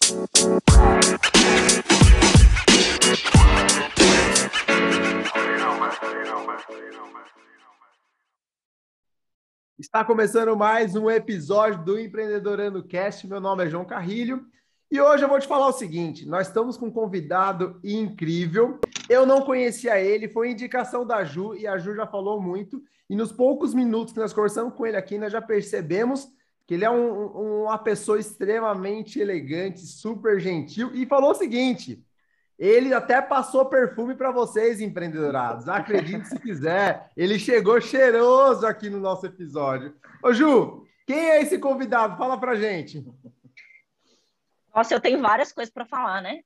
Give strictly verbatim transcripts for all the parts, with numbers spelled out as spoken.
Está começando mais um episódio do Empreendedorando Cast. Meu nome é João Carrilho e hoje eu vou te falar o seguinte: nós estamos com um convidado incrível. Eu não conhecia ele, foi indicação da Ju e a Ju já falou muito. E nos poucos minutos que nós conversamos com ele aqui, nós já percebemos que ele é um, uma pessoa extremamente elegante, super gentil e falou o seguinte: ele até passou perfume para vocês, empreendedorados. Acredite se quiser. Ele chegou cheiroso aqui no nosso episódio. Ô, Ju, quem é esse convidado? Fala pra gente. Nossa, eu tenho várias coisas para falar, né?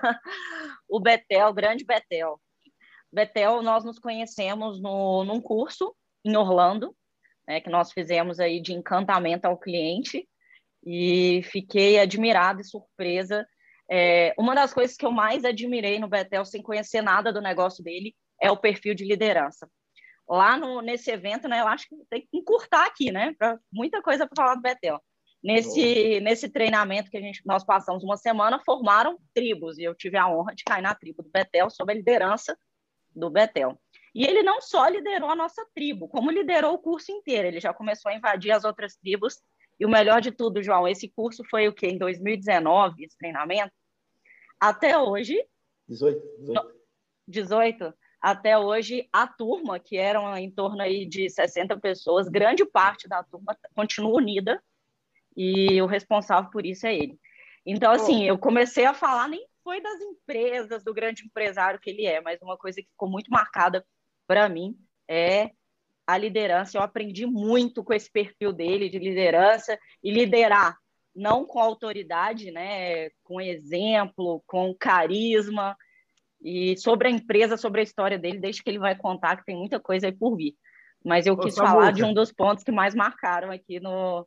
O Betel, o grande Betel. Betel, nós nos conhecemos no, num curso em Orlando, né, que nós fizemos aí de encantamento ao cliente, e fiquei admirada e surpresa. É, uma das coisas que eu mais admirei no Betel, sem conhecer nada do negócio dele, é o perfil de liderança. Lá no, nesse evento, né, eu acho que tem que encurtar aqui, né, pra, muita coisa para falar do Betel. Nesse, nesse treinamento que a gente, nós passamos uma semana, formaram tribos, e eu tive a honra de cair na tribo do Betel, sob a liderança do Betel. E ele não só liderou a nossa tribo, como liderou o curso inteiro. Ele já começou a invadir as outras tribos. E o melhor de tudo, João, esse curso foi o quê? Em dois mil e dezenove, esse treinamento? Até hoje... dezoito. dezoito. dezoito. Até hoje, a turma, que eram em torno aí de sessenta pessoas, grande parte da turma continua unida, e o responsável por isso é ele. Então, assim, eu comecei a falar, nem foi das empresas, do grande empresário que ele é, mas uma coisa que ficou muito marcada para mim é a liderança. Eu aprendi muito com esse perfil dele de liderança e liderar não com autoridade, né, com exemplo, com carisma, e sobre a empresa, sobre a história dele, deixa que ele vai contar, que tem muita coisa aí por vir. Mas eu Ô, quis Samuca, falar de um dos pontos que mais marcaram aqui no,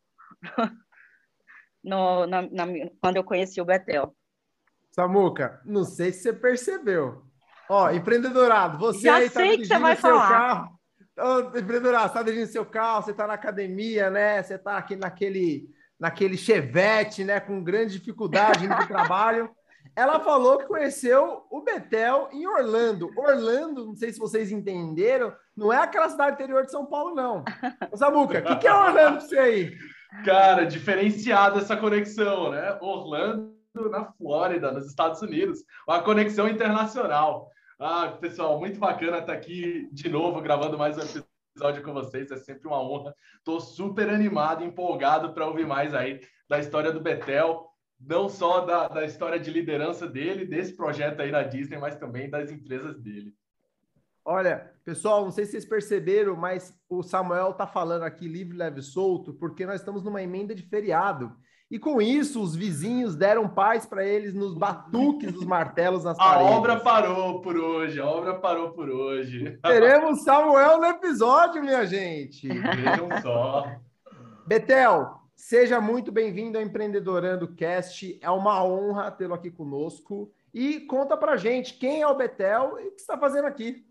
no, na, na, quando eu conheci o Betel. Samuca, não sei se você percebeu. Ó, empreendedorado, você Já aí está sei que você dirigindo vai o seu falar. carro. Ô, empreendedorado, você está dirigindo seu carro, você está na academia, né? Você está aqui naquele, naquele Chevette, né? Com grande dificuldade indo para o trabalho. Ela falou que conheceu o Betel em Orlando. Orlando, não sei se vocês entenderam, não é aquela cidade interior de São Paulo, não. Ô, Samuca, o que, que é Orlando para você aí? Cara, diferenciada essa conexão, né? Orlando, na Flórida, nos Estados Unidos. Uma conexão internacional. Ah, pessoal, muito bacana estar aqui de novo, gravando mais um episódio com vocês. É sempre uma honra. Estou super animado, empolgado para ouvir mais aí da história do Betel. Não só da, da história de liderança dele, desse projeto aí na Disney, mas também das empresas dele. Olha, pessoal, não sei se vocês perceberam, mas o Samuel está falando aqui livre, leve e solto, porque nós estamos numa emenda de feriado. E com isso, os vizinhos deram paz para eles nos batuques dos martelos nas a paredes. A obra parou por hoje, a obra parou por hoje. Teremos Samuel no episódio, minha gente. Vejam só. Betel, seja muito bem-vindo ao Empreendedorando Cast. É uma honra tê-lo aqui conosco. E conta pra gente quem é o Betel e o que você está fazendo aqui.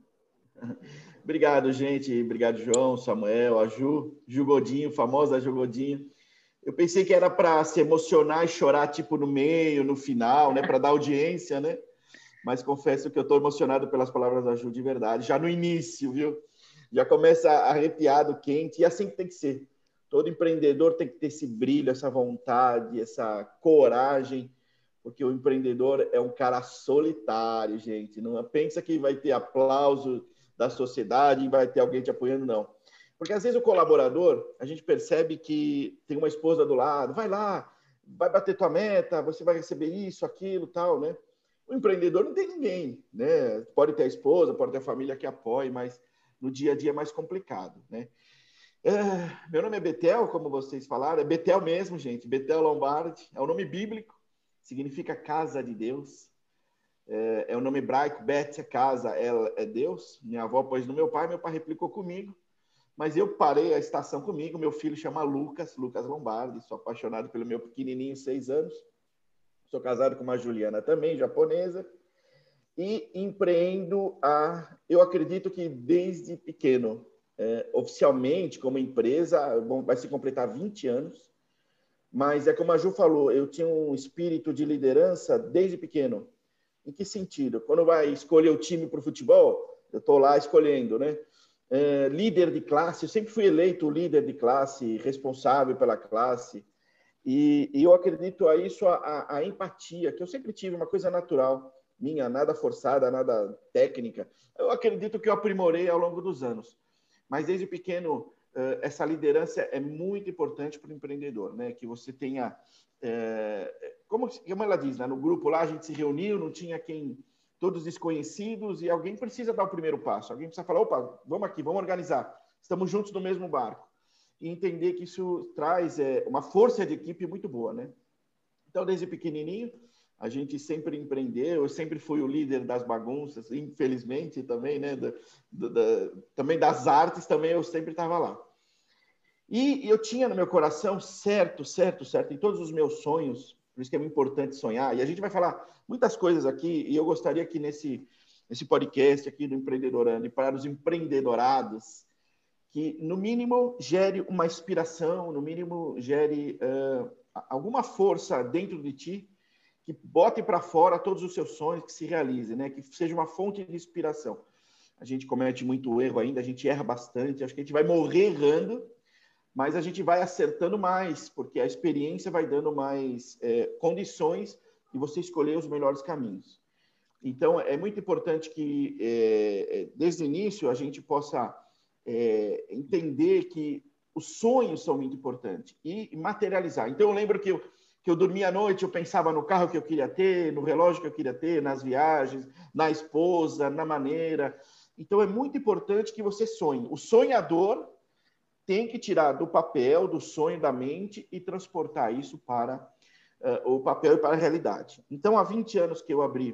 Obrigado, gente. Obrigado, João, Samuel, a Ju, Ju Godinho, famosa Ju Godinho. Eu pensei que era para se emocionar e chorar tipo no meio, no final, né, para dar audiência, né? Mas confesso que eu estou emocionado pelas palavras da Ju de verdade, já no início, viu? Já começa arrepiado, quente, e assim que tem que ser. Todo empreendedor tem que ter esse brilho, essa vontade, essa coragem, porque o empreendedor é um cara solitário, gente. Não pensa que vai ter aplauso da sociedade e vai ter alguém te apoiando, não. Porque às vezes o colaborador, a gente percebe que tem uma esposa do lado, vai lá, vai bater tua meta, você vai receber isso, aquilo, tal, né? O empreendedor não tem ninguém, né? Pode ter a esposa, pode ter a família que apoie, mas no dia a dia é mais complicado, né? É, meu nome é Betel, como vocês falaram, é Betel mesmo, gente, Betel Lombardi, é um nome bíblico, significa casa de Deus. É, é o nome hebraico, Bet, casa, ela é Deus. Minha avó pôs no meu pai, meu pai replicou comigo. Mas eu parei a estação comigo, meu filho chama Lucas, Lucas Lombardi, sou apaixonado pelo meu pequenininho, seis anos. Sou casado com uma Juliana também, japonesa. E empreendo, a, eu acredito que desde pequeno, é, oficialmente como empresa, bom, vai se completar vinte anos. mas é como a Ju falou, eu tinha um espírito de liderança desde pequeno. Em que sentido? Quando vai escolher o time para o futebol, eu estou lá escolhendo, né? É, líder de classe, eu sempre fui eleito líder de classe, responsável pela classe, e, e eu acredito a isso, a, a, a empatia, que eu sempre tive, uma coisa natural minha, nada forçada, nada técnica. Eu acredito que eu aprimorei ao longo dos anos. Mas desde pequeno, essa liderança é muito importante para o empreendedor, né? Que você tenha... É, como, como ela diz, né? No grupo lá a gente se reuniu, não tinha quem... Todos desconhecidos, e alguém precisa dar o primeiro passo. Alguém precisa falar, opa, vamos aqui, vamos organizar. Estamos juntos no mesmo barco. E entender que isso traz é, uma força de equipe muito boa, né? Então, desde pequenininho, a gente sempre empreendeu. Eu sempre fui o líder das bagunças, infelizmente também, né? Da, da, também das artes, também eu sempre estava lá. E eu tinha no meu coração, certo, certo, certo, em todos os meus sonhos, por isso que é muito importante sonhar. E a gente vai falar muitas coisas aqui, e eu gostaria que nesse, nesse podcast aqui do Empreendedorando, e para os empreendedorados, que no mínimo gere uma inspiração, no mínimo gere uh, alguma força dentro de ti, que bote para fora todos os seus sonhos, que se realize, né? Que seja uma fonte de inspiração. A gente comete muito erro ainda, a gente erra bastante, acho que a gente vai morrer errando, mas a gente vai acertando mais, porque a experiência vai dando mais é, condições de você escolher os melhores caminhos. Então, é muito importante que, é, desde o início, a gente possa é, entender que os sonhos são muito importantes e materializar. Então, eu lembro que eu, que eu dormia à noite, eu pensava no carro que eu queria ter, no relógio que eu queria ter, nas viagens, na esposa, na maneira. Então, é muito importante que você sonhe. O sonhador tem que tirar do papel, do sonho da mente e transportar isso para uh, o papel e para a realidade. Então, há vinte anos que eu abri,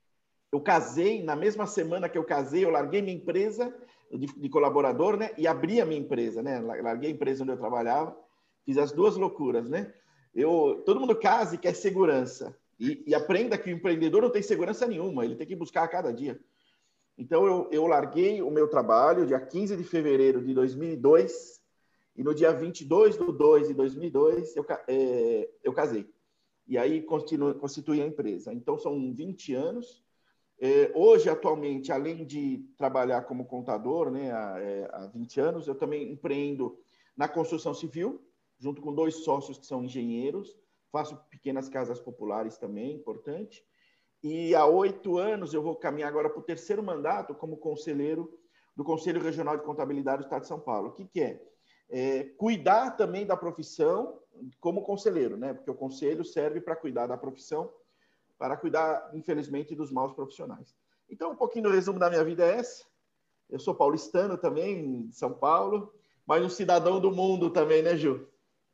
eu casei, na mesma semana que eu casei, eu larguei minha empresa de, de colaborador, né? E abri a minha empresa, né? Larguei a empresa onde eu trabalhava, fiz as duas loucuras, né? Eu, todo mundo casa e quer segurança. E, e aprenda que o empreendedor não tem segurança nenhuma, ele tem que buscar a cada dia. Então, eu, eu larguei o meu trabalho dia quinze de fevereiro de dois mil e dois e no dia vinte e dois de dois de dois mil e dois eu, é, eu casei. E aí continuo, constituí a empresa. Então, são vinte anos. É, hoje, atualmente, além de trabalhar como contador, né, há, é, há vinte anos, eu também empreendo na construção civil, junto com dois sócios que são engenheiros. Faço pequenas casas populares também, importante. E há oito anos eu vou caminhar agora para o terceiro mandato como conselheiro do Conselho Regional de Contabilidade do Estado de São Paulo. O que, que é? É cuidar também da profissão como conselheiro, né? Porque o conselho serve para cuidar da profissão, para cuidar, infelizmente, dos maus profissionais. Então, um pouquinho do resumo da minha vida é essa. Eu sou paulistano também, de São Paulo, mas um cidadão do mundo também, né, Ju?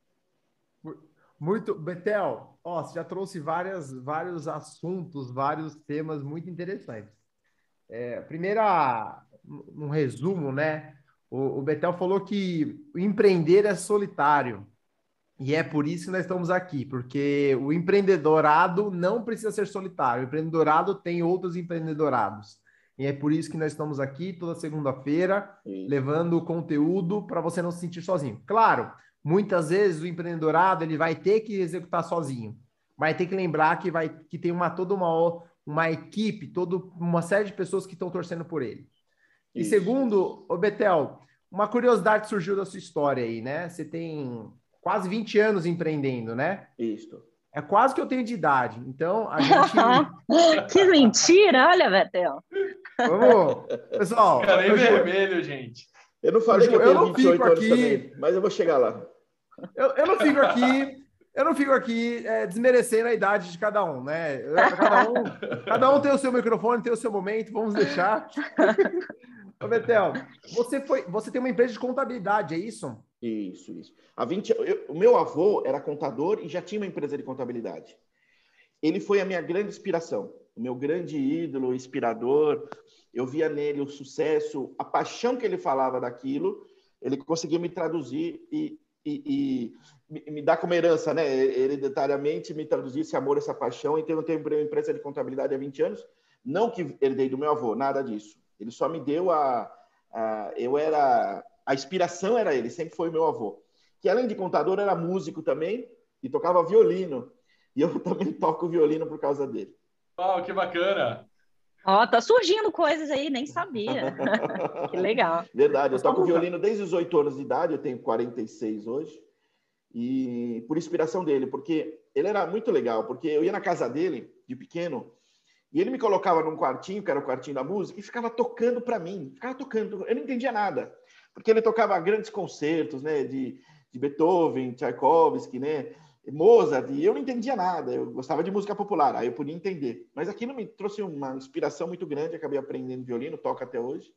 Muito, Betel, ó, você já trouxe várias, vários assuntos, vários temas muito interessantes. É, primeira, um resumo, né? O, o Betel falou que o empreender é solitário. E é por isso que nós estamos aqui, porque o empreendedorado não precisa ser solitário. O empreendedorado tem outros empreendedorados. E é por isso que nós estamos aqui toda segunda-feira, levando conteúdo para você não se sentir sozinho. Claro, muitas vezes o empreendedorado ele vai ter que executar sozinho. Vai ter que lembrar que, vai, que tem uma, toda uma, uma equipe, toda uma série de pessoas que estão torcendo por ele. E isso. Segundo, ô Betel, uma curiosidade surgiu da sua história aí, né? Você tem quase vinte anos empreendendo, né? Isso. É quase que eu tenho de idade. Então, a gente... Que mentira! Olha, Betel. Vamos, pessoal. Cara, é eu vermelho, gente. Eu não falei eu, que eu, eu tenho vinte e oito anos aqui... também, mas eu vou chegar lá. Eu, eu não fico aqui... Eu não fico aqui é, desmerecendo a idade de cada um, né? Cada um, cada um tem o seu microfone, tem o seu momento, vamos deixar. Ô, Betel, você, foi, você tem uma empresa de contabilidade, é isso? Isso, isso. Há vinte, eu, o meu avô era contador e já tinha uma empresa de contabilidade. Ele foi a minha grande inspiração, o meu grande ídolo, inspirador. Eu via nele o sucesso, a paixão que ele falava daquilo, ele conseguia me traduzir e, e, e me dar como herança, né? Hereditariamente me traduzir esse amor, essa paixão. Então, eu tenho uma empresa de contabilidade há vinte anos, não que herdei do meu avô, nada disso. Ele só me deu a... a eu era... A inspiração era ele, sempre foi o meu avô. Que além de contador, era músico também. e tocava violino. E eu também toco violino por causa dele. Uau, que bacana! Ó, tá surgindo coisas aí, nem sabia. Que legal. Verdade, eu toco violino desde os oito anos de idade, eu tenho quarenta e seis hoje. E por inspiração dele, porque ele era muito legal, porque eu ia na casa dele, de pequeno, e ele me colocava num quartinho, que era o quartinho da música, e ficava tocando para mim, ficava tocando, eu não entendia nada, porque ele tocava grandes concertos, né, de, de Beethoven, Tchaikovsky, né, Mozart, e eu não entendia nada, eu gostava de música popular, aí eu podia entender, mas aquilo me trouxe uma inspiração muito grande, acabei aprendendo violino, toco até hoje,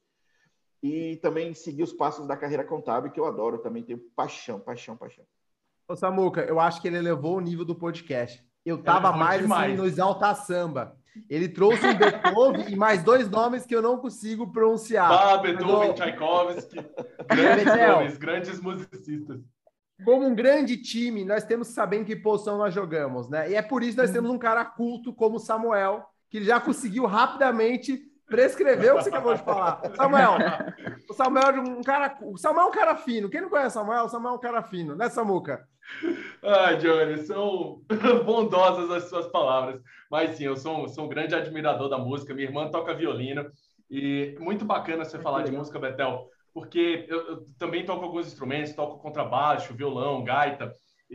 e também segui os passos da carreira contábil, que eu adoro, também tenho paixão, paixão, paixão. Ô, Samuca, eu acho que ele elevou o nível do podcast. Eu tava mais demais. assim no Exalta Samba. Ele trouxe um Beethoven e mais dois nomes que eu não consigo pronunciar. Ah, Beethoven, Mas, Tchaikovsky, grandes Betel, nomes, grandes musicistas. como um grande time, nós temos que saber em que posição nós jogamos, né? E é por isso que nós temos um cara culto como o Samuel, que já conseguiu rapidamente prescrever o que você acabou de falar. Samuel, o Samuel é um cara, o Samuel é um cara fino. Quem não conhece o Samuel, o Samuel é um cara fino, né, Samuca? Ah, Johnny, são bondosas as suas palavras. Mas sim, eu sou, sou um grande admirador da música. Minha irmã toca violino. E muito bacana você falar de música, Betel, porque eu, eu também toco alguns instrumentos, toco contrabaixo, violão, gaita.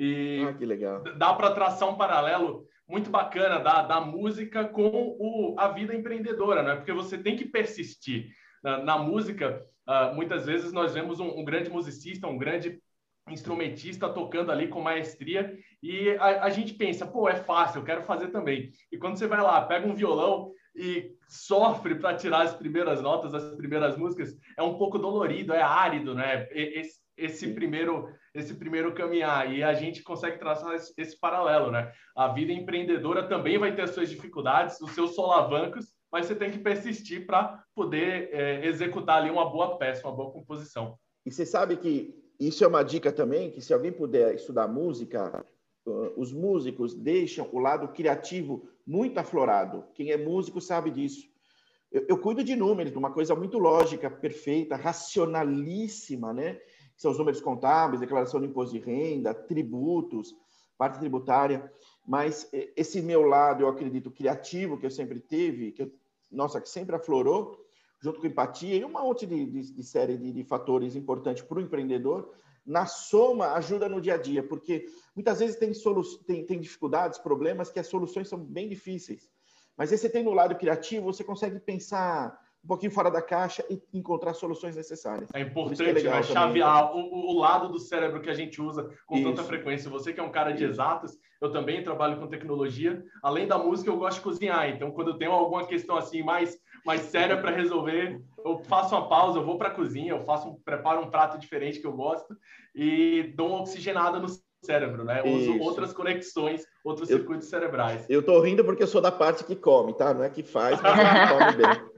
E Ah, que legal. dá para traçar um paralelo muito bacana da, da música com o, a vida empreendedora, né? Porque você tem que persistir. Na, na música, uh, muitas vezes nós vemos um, um grande musicista, um grande instrumentista tocando ali com maestria e a, a gente pensa, pô, é fácil, eu quero fazer também. E quando você vai lá, pega um violão e sofre para tirar as primeiras notas, as primeiras músicas, é um pouco dolorido, é árido, né? Esse, esse primeiro esse primeiro caminhar, e a gente consegue traçar esse, esse paralelo, né? A vida empreendedora também vai ter as suas dificuldades, os seus solavancos, mas você tem que persistir para poder é, executar ali uma boa peça, uma boa composição. E você sabe que isso é uma dica também, que se alguém puder estudar música, os músicos deixam o lado criativo muito aflorado. Quem é músico sabe disso. Eu, eu cuido de números, de uma coisa muito lógica, perfeita, racionalíssima, né? São os números contábeis, declaração de imposto de renda, tributos, parte tributária. Mas esse meu lado, eu acredito, criativo, que eu sempre teve, que eu, nossa, que sempre aflorou, junto com empatia e uma outra de, de, de série de, de fatores importantes para o empreendedor, na soma, ajuda no dia a dia, porque muitas vezes tem, solu tem, tem dificuldades, problemas, que as soluções são bem difíceis. Mas aí você tem no lado criativo, você consegue pensar um pouquinho fora da caixa e encontrar soluções necessárias. É importante, é né? Chavear o, o lado do cérebro que a gente usa com Isso. tanta frequência. Você que é um cara de Isso. exatas, eu também trabalho com tecnologia. Além da música, eu gosto de cozinhar. Então, quando eu tenho alguma questão assim mais, mais séria para resolver, eu faço uma pausa, eu vou para a cozinha, eu faço um, preparo um prato diferente que eu gosto e dou uma oxigenada no cérebro, né? Eu uso outras conexões, outros eu, circuitos cerebrais. Eu tô rindo porque eu sou da parte que come, tá? Não é que faz, mas que come bem.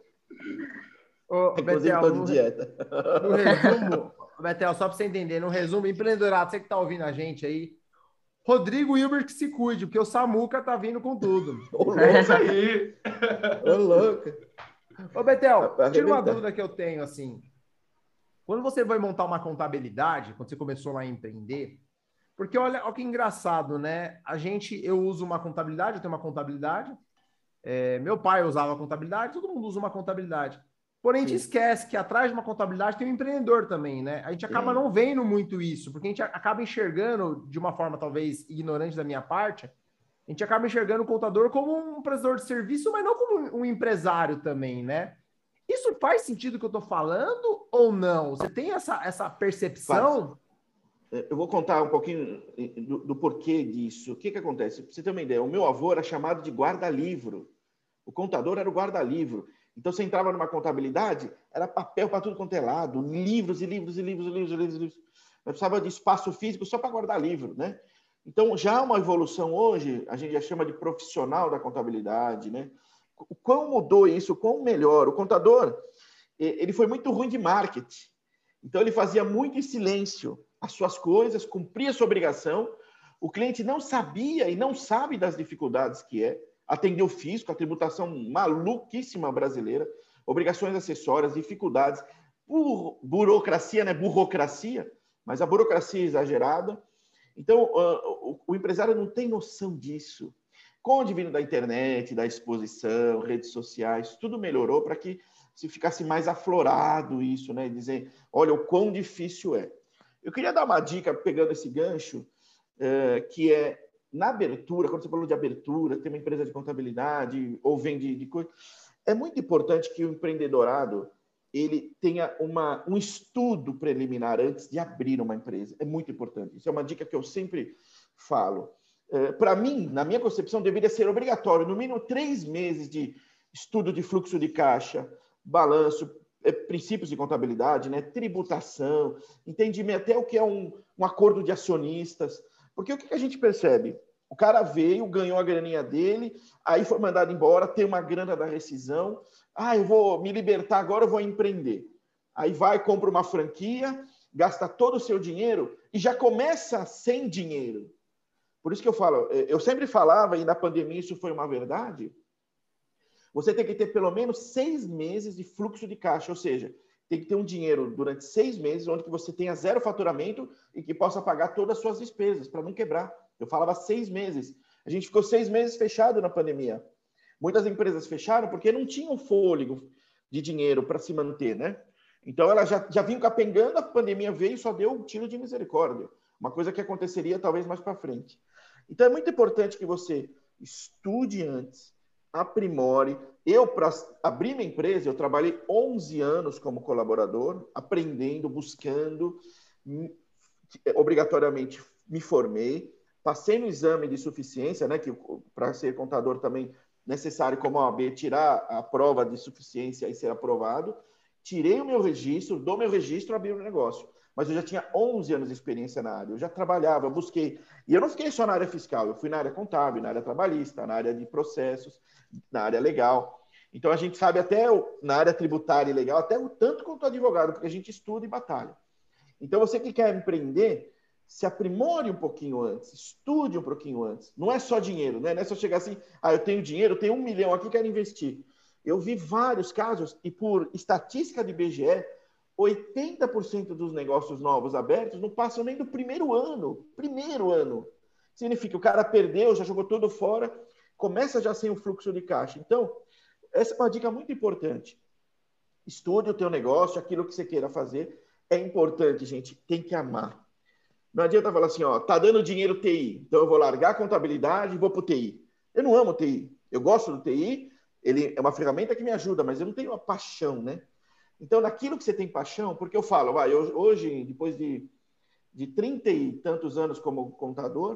Ô, Betel, tô de dieta. No resumo, Betel, só para você entender, no resumo, empreendedorado, você que tá ouvindo a gente aí, Rodrigo Hilbert que se cuide, porque o Samuca tá vindo com tudo. Ô, é isso aí! Ô, louco! Ô, Betel, tira uma dúvida que eu tenho, assim. Quando você vai montar uma contabilidade, quando você começou lá a empreender, porque olha, olha que engraçado, né? A gente, eu uso uma contabilidade, eu tenho uma contabilidade, é, meu pai usava contabilidade, todo mundo usa uma contabilidade. Porém, a gente Sim. esquece que atrás de uma contabilidade tem um empreendedor também, né? A gente acaba Sim. não vendo muito isso, porque a gente acaba enxergando, de uma forma talvez ignorante da minha parte, a gente acaba enxergando o contador como um prestador de serviço, mas não como um empresário também, né? Isso faz sentido o que eu estou falando ou não? Você tem essa, essa percepção? Faz. Eu vou contar um pouquinho do, do porquê disso. O que, que acontece? Para você ter uma ideia, o meu avô era chamado de guarda-livro. O contador era o guarda-livro. Então, você entrava numa contabilidade, era papel para tudo quanto é lado, livros e livros e livros e livros e livros. E livros. Eu precisava de espaço físico só para guardar livro, né? Então, já há uma evolução hoje, a gente já chama de profissional da contabilidade, né? O quão mudou isso, o quão melhor. O contador, ele foi muito ruim de marketing. Então, ele fazia muito em silêncio as suas coisas, cumpria a sua obrigação. O cliente não sabia e não sabe das dificuldades que é atender o fisco, a tributação maluquíssima brasileira, obrigações acessórias, dificuldades, buro, burocracia, né? Burocracia, mas a burocracia exagerada. Então, o, o empresário não tem noção disso. Com o advento da internet, da exposição, redes sociais, tudo melhorou para que se ficasse mais aflorado isso, né? Dizer, olha, o quão difícil é. Eu queria dar uma dica, pegando esse gancho, é, que é, na abertura, quando você falou de abertura, tem uma empresa de contabilidade ou vende de coisa, é muito importante que o empreendedorado ele tenha uma, um estudo preliminar antes de abrir uma empresa. É muito importante. Isso é uma dica que eu sempre falo. É, para mim, na minha concepção, deveria ser obrigatório, no mínimo três meses de estudo de fluxo de caixa, balanço, é, princípios de contabilidade, né, tributação, entendimento até o que é um, um acordo de acionistas. Porque o que a gente percebe? O cara veio, ganhou a graninha dele, aí foi mandado embora, tem uma grana da rescisão. Ah, eu vou me libertar agora, eu vou empreender. Aí vai, compra uma franquia, gasta todo o seu dinheiro e já começa sem dinheiro. Por isso que eu falo, eu sempre falava, e na pandemia isso foi uma verdade, você tem que ter pelo menos seis meses de fluxo de caixa, ou seja, tem que ter um dinheiro durante seis meses onde você tenha zero faturamento e que possa pagar todas as suas despesas, para não quebrar. Eu falava seis meses. A gente ficou seis meses fechado na pandemia. Muitas empresas fecharam porque não tinham fôlego de dinheiro para se manter, né? Então, elas já, já vinham capengando, a pandemia veio e só deu um tiro de misericórdia. Uma coisa que aconteceria talvez mais para frente. Então, é muito importante que você estude antes, aprimore. Eu, para abrir minha empresa, eu trabalhei onze anos como colaborador, aprendendo, buscando, obrigatoriamente me formei, passei no exame de suficiência, né, que para ser contador também necessário, como a O A B, tirar a prova de suficiência e ser aprovado. Tirei o meu registro, dou meu registro, abri o negócio. Mas eu já tinha onze anos de experiência na área, eu já trabalhava, busquei. E eu não fiquei só na área fiscal, eu fui na área contábil, na área trabalhista, na área de processos, na área legal. Então, a gente sabe até na área tributária e legal, até o tanto quanto advogado, porque a gente estuda e batalha. Então, você que quer empreender, se aprimore um pouquinho antes, estude um pouquinho antes. Não é só dinheiro, né? Não é só chegar assim, ah, eu tenho dinheiro, eu tenho um milhão aqui, quero investir. Eu vi vários casos, e por estatística de I B G E, oitenta por cento dos negócios novos abertos não passam nem do primeiro ano. Primeiro ano. Significa que o cara perdeu, já jogou tudo fora, começa já sem o fluxo de caixa. Então, essa é uma dica muito importante. Estude o teu negócio, aquilo que você queira fazer. É importante, gente, tem que amar. Não adianta falar assim, ó, tá dando dinheiro T I, então eu vou largar a contabilidade e vou pro T I. Eu não amo T I. Eu gosto do T I, ele é uma ferramenta que me ajuda, mas eu não tenho a paixão, né? Então, naquilo que você tem paixão, porque eu falo, vai, eu, hoje, depois de, de trinta e tantos anos como contador,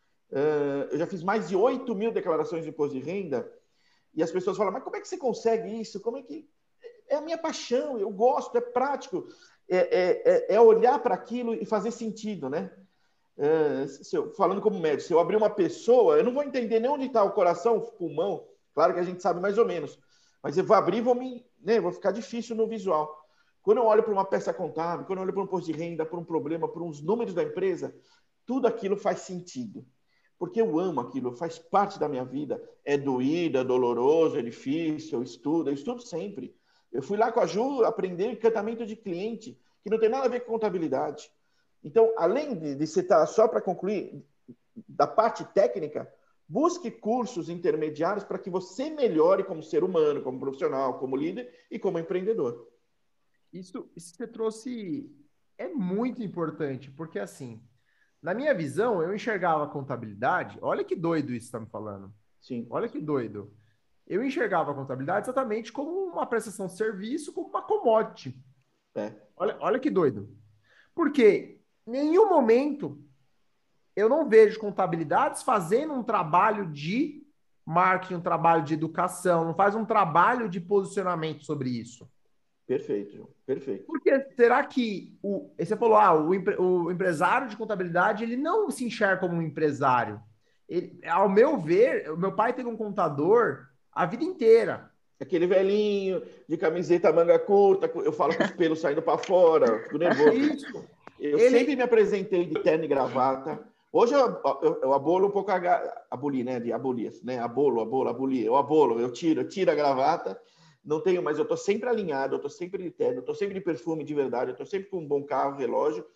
uh, eu já fiz mais de oito mil declarações de imposto de renda, e as pessoas falam, mas como é que você consegue isso? Como é que... É a minha paixão, eu gosto, é prático, é, é, é olhar para aquilo e fazer sentido, né? Uh, se eu, falando como médico, se eu abrir uma pessoa, eu não vou entender nem onde está o coração, o pulmão, claro que a gente sabe mais ou menos, mas eu vou abrir e vou, me, né, vou ficar difícil no visual. Quando eu olho para uma peça contábil, quando eu olho para um imposto de renda, para um problema, para uns números da empresa, tudo aquilo faz sentido. Porque eu amo aquilo, faz parte da minha vida. É doído, é doloroso, é difícil, eu estudo, eu estudo sempre. Eu fui lá com a Ju aprender encantamento de cliente, que não tem nada a ver com contabilidade. Então, além de, de você estar só para concluir da parte técnica, busque cursos intermediários para que você melhore como ser humano, como profissional, como líder e como empreendedor. Isso, isso que você trouxe é muito importante, porque assim, na minha visão, eu enxergava a contabilidade, olha que doido isso que você está me falando. Sim. Olha que doido. Eu enxergava a contabilidade exatamente como uma prestação de serviço, como uma commodity. É. Olha, olha que doido. Porque em nenhum momento eu não vejo contabilidades fazendo um trabalho de marketing, um trabalho de educação, não faz um trabalho de posicionamento sobre isso. Perfeito, perfeito. Porque será que o, você falou, ah, o, o empresário de contabilidade, ele não se enxerga como um empresário. Ele, ao meu ver, o meu pai teve um contador a vida inteira. Aquele velhinho de camiseta manga curta, eu falo com os pelos saindo para fora, fico nervoso. Isso. Eu Ele... sempre me apresentei de terno e gravata. Hoje eu, eu, eu abolo um pouco a abolir, né? De abolir, né? Abolo, abolo, abolir. Eu abolo, eu tiro, eu tiro a gravata. Não tenho, mas eu estou sempre alinhado, eu estou sempre de terno, eu estou sempre de perfume de verdade, eu estou sempre com um bom carro, relógio.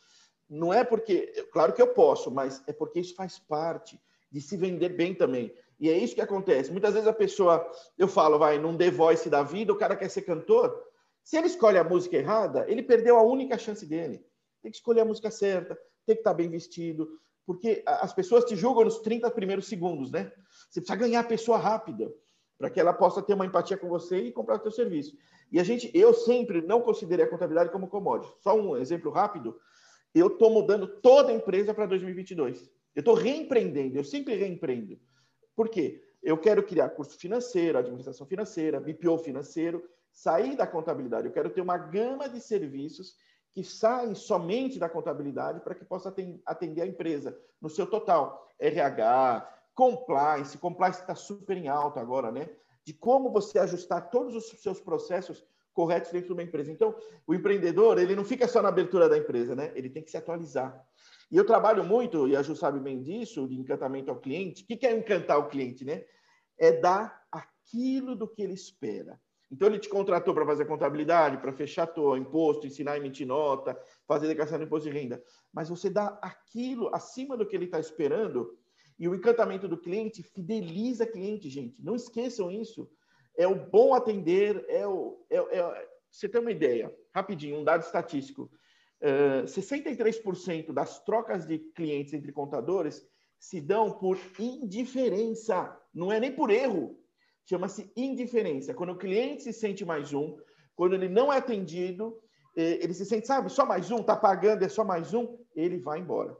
não é porque... Claro que eu posso, mas é porque isso faz parte de se vender bem também. E é isso que acontece. Muitas vezes a pessoa... Eu falo, vai, num The Voice da vida, o cara quer ser cantor. Se ele escolhe a música errada, ele perdeu a única chance dele. Tem que escolher a música certa, tem que estar bem vestido, porque as pessoas te julgam nos trinta primeiros segundos, né? Você precisa ganhar a pessoa rápida, para que ela possa ter uma empatia com você e comprar o teu serviço. E a gente, eu sempre não considerei a contabilidade como commodity. Só um exemplo rápido, eu estou mudando toda a empresa para dois mil e vinte e dois. Eu estou reempreendendo, eu sempre reempreendo. Por quê? Eu quero criar curso financeiro, administração financeira, B P O financeiro, sair da contabilidade. Eu quero ter uma gama de serviços que saem somente da contabilidade para que possa atender a empresa no seu total. R H, compliance, compliance está super em alta agora, né? De como você ajustar todos os seus processos corretos dentro de uma empresa. Então, o empreendedor, ele não fica só na abertura da empresa, né? Ele tem que se atualizar. E eu trabalho muito, e a Ju sabe bem disso, de encantamento ao cliente. O que é encantar o cliente, né? É dar aquilo do que ele espera. Então, ele te contratou para fazer contabilidade, para fechar teu imposto, ensinar a emitir nota, fazer declaração de imposto de renda. Mas você dá aquilo acima do que ele está esperando, e o encantamento do cliente fideliza cliente, gente. Não esqueçam isso. É o bom atender, é o... É, é, você tem uma ideia, rapidinho, um dado estatístico. Uh, sessenta e três por cento das trocas de clientes entre contadores se dão por indiferença. Não é nem por erro. Chama-se indiferença. Quando o cliente se sente mais um, quando ele não é atendido, ele se sente, sabe, só mais um, está pagando, é só mais um, ele vai embora.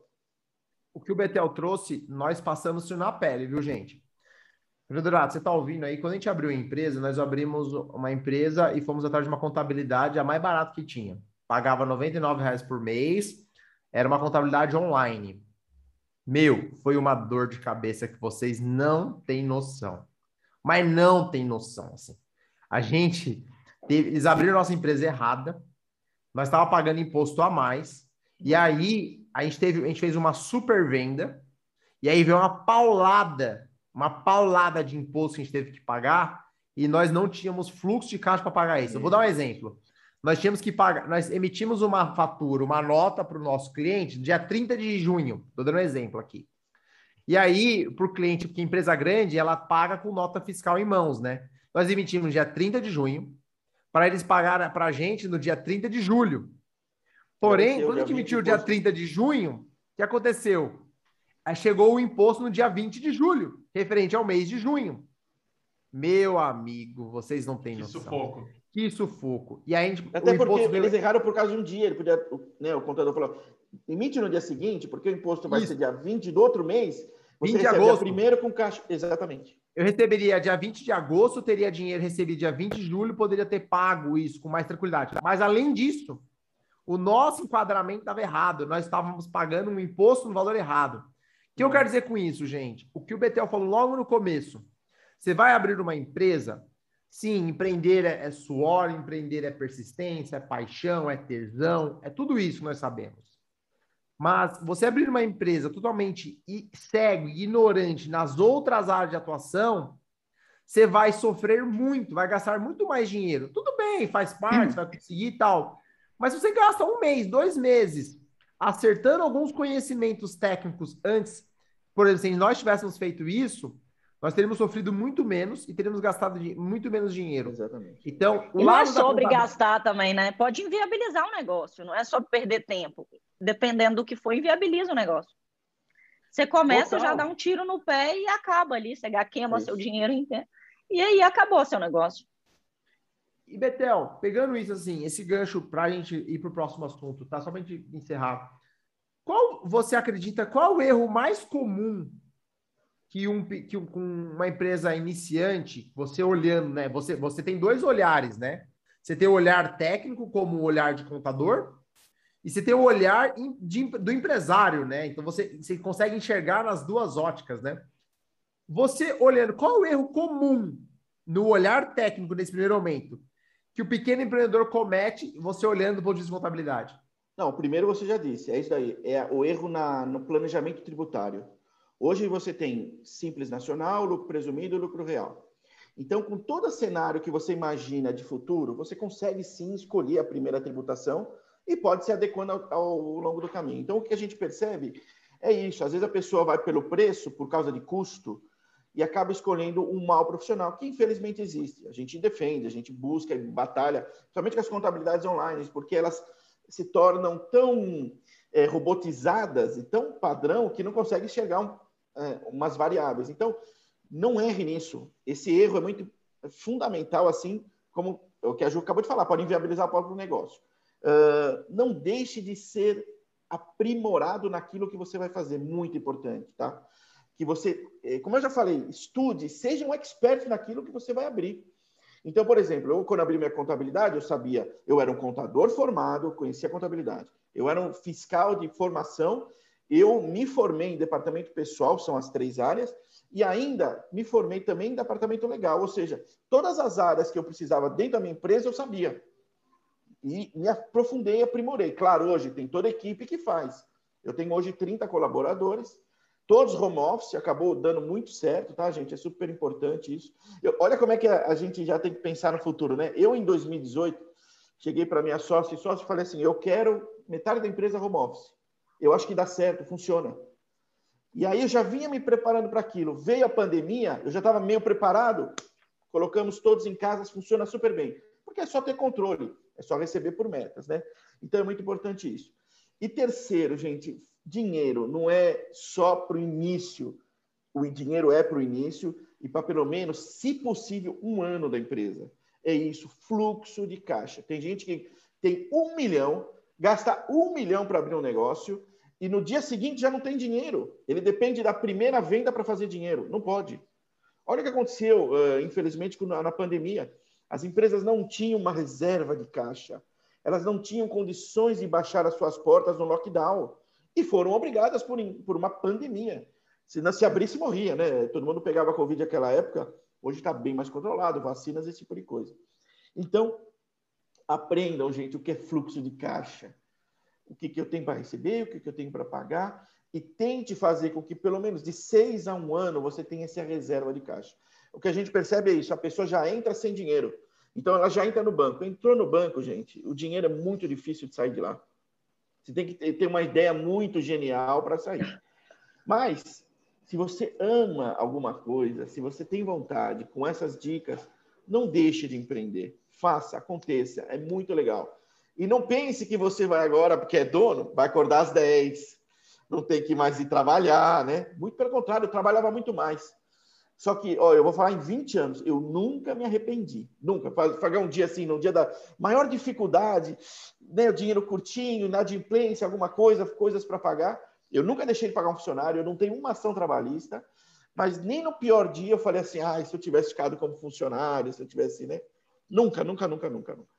O que o Betel trouxe, nós passamos isso na pele, viu, gente? Dourado, você está ouvindo aí? Quando a gente abriu a empresa, nós abrimos uma empresa e fomos atrás de uma contabilidade a mais barata que tinha. Pagava noventa e nove reais por mês, era uma contabilidade online. Meu, foi uma dor de cabeça que vocês não têm noção. Mas não tem noção, assim. A gente, teve, eles abriram nossa empresa errada, nós estávamos pagando imposto a mais, e aí a gente, teve, a gente fez uma super venda, e aí veio uma paulada, uma paulada de imposto que a gente teve que pagar, e nós não tínhamos fluxo de caixa para pagar isso. Eu vou dar um exemplo. Nós tínhamos que pagar, nós emitimos uma fatura, uma nota para o nosso cliente, dia trinta de junho, estou dando um exemplo aqui. E aí, para o cliente, porque empresa grande, ela paga com nota fiscal em mãos, né? Nós emitimos no dia trinta de junho, para eles pagarem para a gente no dia trinta de julho. Porém, quando a gente emitiu no dia trinta de junho, o que aconteceu? Aí chegou o imposto no dia vinte de julho, referente ao mês de junho. Meu amigo, vocês não têm noção. Que sufoco. Que sufoco. E aí, a gente, até porque veio... eles erraram por causa de um dia. Ele podia, né, o contador falou, emite no dia seguinte, porque o imposto vai Isso. ser dia vinte do outro mês. Você vinte de agosto. Primeiro com caixa. Exatamente. Eu receberia dia vinte de agosto, teria dinheiro recebido dia vinte de julho, poderia ter pago isso com mais tranquilidade. Mas, além disso, o nosso enquadramento estava errado. Nós estávamos pagando um imposto no valor errado. O que eu quero dizer com isso, gente? O que o Betel falou logo no começo. Você vai abrir uma empresa, sim, empreender é suor, empreender é persistência, é paixão, é tesão, é tudo isso que nós sabemos. Mas você abrir uma empresa totalmente cego, ignorante nas outras áreas de atuação, você vai sofrer muito, vai gastar muito mais dinheiro. Tudo bem, faz parte, vai conseguir e tal. Mas se você gasta um mês, dois meses, acertando alguns conhecimentos técnicos antes, por exemplo, se nós tivéssemos feito isso, nós teríamos sofrido muito menos e teríamos gastado muito menos dinheiro. Exatamente. Então, o e não é sobre gastar também, né? Pode inviabilizar o negócio, não é só perder tempo. Dependendo do que for, inviabiliza o negócio. Você começa, Total. já dá um tiro no pé e acaba ali. Você queima isso. seu dinheiro inteiro. E aí acabou seu negócio. E, Betel, pegando isso assim, esse gancho para a gente ir para o próximo assunto, tá? Só para a gente encerrar. Qual você acredita, qual o erro mais comum que, um, que um, uma empresa iniciante, você olhando, né? Você, você tem dois olhares, né? Você tem o olhar técnico como o olhar de contador e você tem o olhar de, do empresário, né? Então você, você consegue enxergar nas duas óticas, né? Você olhando, qual o erro comum no olhar técnico nesse primeiro momento que o pequeno empreendedor comete, você olhando do ponto de vista de contabilidade? Não, primeiro você já disse, é isso daí, é o erro na, no planejamento tributário. Hoje você tem Simples Nacional, lucro presumido e lucro real. Então, com todo cenário que você imagina de futuro, você consegue sim escolher a primeira tributação e pode se adequando ao, ao longo do caminho. Então, o que a gente percebe é isso. Às vezes a pessoa vai pelo preço, por causa de custo, e acaba escolhendo um mau profissional, que infelizmente existe. A gente defende, a gente busca, batalha, principalmente com as contabilidades online, porque elas se tornam tão é, robotizadas e tão padrão que não consegue enxergar um, é, umas variáveis. Então, não erre nisso. Esse erro é muito fundamental, assim como o que a Ju acabou de falar, pode inviabilizar o próprio negócio. Uh, não deixe de ser aprimorado naquilo que você vai fazer, muito importante, tá? Que você, como eu já falei, estude, seja um expert naquilo que você vai abrir. Então, por exemplo, eu quando abri minha contabilidade, eu sabia, eu era um contador formado, conhecia a contabilidade. Eu era um fiscal de formação, eu me formei em departamento pessoal, são as três áreas, e ainda me formei também em departamento legal, ou seja, todas as áreas que eu precisava dentro da minha empresa, eu sabia. E me aprofundei e aprimorei. Claro, hoje tem toda a equipe que faz. Eu tenho hoje trinta colaboradores, todos home office, acabou dando muito certo, tá, gente? É super importante isso. Eu, olha como é que a, a gente já tem que pensar no futuro, né? Eu, em dois mil e dezoito, cheguei para minha sócia e sócio e falei assim, eu quero metade da empresa home office. Eu acho que dá certo, funciona. E aí eu já vinha me preparando para aquilo. Veio a pandemia, eu já estava meio preparado, colocamos todos em casa, funciona super bem. Porque é só ter controle, é só receber por metas, né? Então é muito importante isso. E terceiro, gente, dinheiro não é só para o início. O dinheiro é para o início e para pelo menos, se possível, um ano da empresa. É isso, fluxo de caixa. Tem gente que tem um milhão, gasta um milhão para abrir um negócio e no dia seguinte já não tem dinheiro. Ele depende da primeira venda para fazer dinheiro. Não pode. Olha o que aconteceu, uh, infelizmente, na pandemia. As empresas não tinham uma reserva de caixa. Elas não tinham condições de baixar as suas portas no lockdown. E foram obrigadas por, por uma pandemia. Se não se abrisse, morria, né? Todo mundo pegava Covid naquela época. Hoje está bem mais controlado, vacinas, esse tipo de coisa. Então, aprendam, gente, o que é fluxo de caixa. O que, que eu tenho para receber, o que, que eu tenho para pagar. E tente fazer com que, pelo menos de seis a um ano, você tenha essa reserva de caixa. O que a gente percebe é isso. A pessoa já entra sem dinheiro. Então, ela já entra no banco. Entrou no banco, gente, o dinheiro é muito difícil de sair de lá. Você tem que ter uma ideia muito genial para sair. Mas, se você ama alguma coisa, se você tem vontade, com essas dicas, não deixe de empreender. Faça, aconteça. É muito legal. E não pense que você vai agora, porque é dono, vai acordar às dez, não tem que mais ir trabalhar, né? Muito pelo contrário, eu trabalhava muito mais. Só que, ó, eu vou falar em vinte anos, eu nunca me arrependi. Nunca. Pagar um dia assim, no dia da maior dificuldade, né, o dinheiro curtinho, inadimplência, alguma coisa, coisas para pagar. Eu nunca deixei de pagar um funcionário, eu não tenho uma ação trabalhista, mas nem no pior dia eu falei assim, ah, se eu tivesse ficado como funcionário, se eu tivesse, né? Nunca, nunca, nunca, nunca, nunca.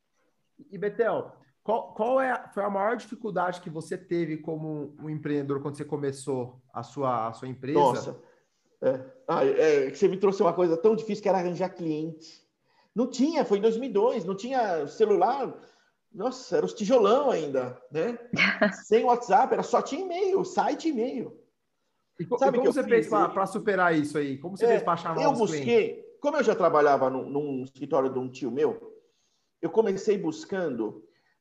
E, Betel, qual, qual é, foi a maior dificuldade que você teve como um empreendedor quando você começou a sua, a sua empresa? Nossa, é. Ah, é, você me trouxe uma coisa tão difícil que era arranjar cliente. Não tinha, foi em dois mil e dois, não tinha celular. Nossa, era os tijolão ainda, né? Sem WhatsApp, era só tinha e-mail, site e e-mail. E, co- e Sabe o que como eu você fiz? fez para superar isso aí? Como você É, fez para achar eu novos clientes? busquei, como eu já trabalhava num, num escritório de um tio meu, eu comecei buscando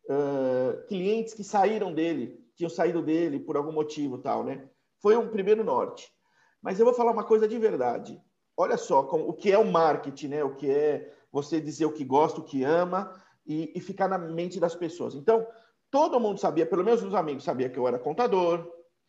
uh, clientes que saíram dele, tinham saído dele por algum motivo tal, né? Foi um primeiro norte. Mas eu vou falar uma coisa de verdade. Olha só como, o que é o marketing, né? O que é você dizer o que gosta, o que ama e, e ficar na mente das pessoas. Então, todo mundo sabia, pelo menos os amigos sabiam que eu era contador,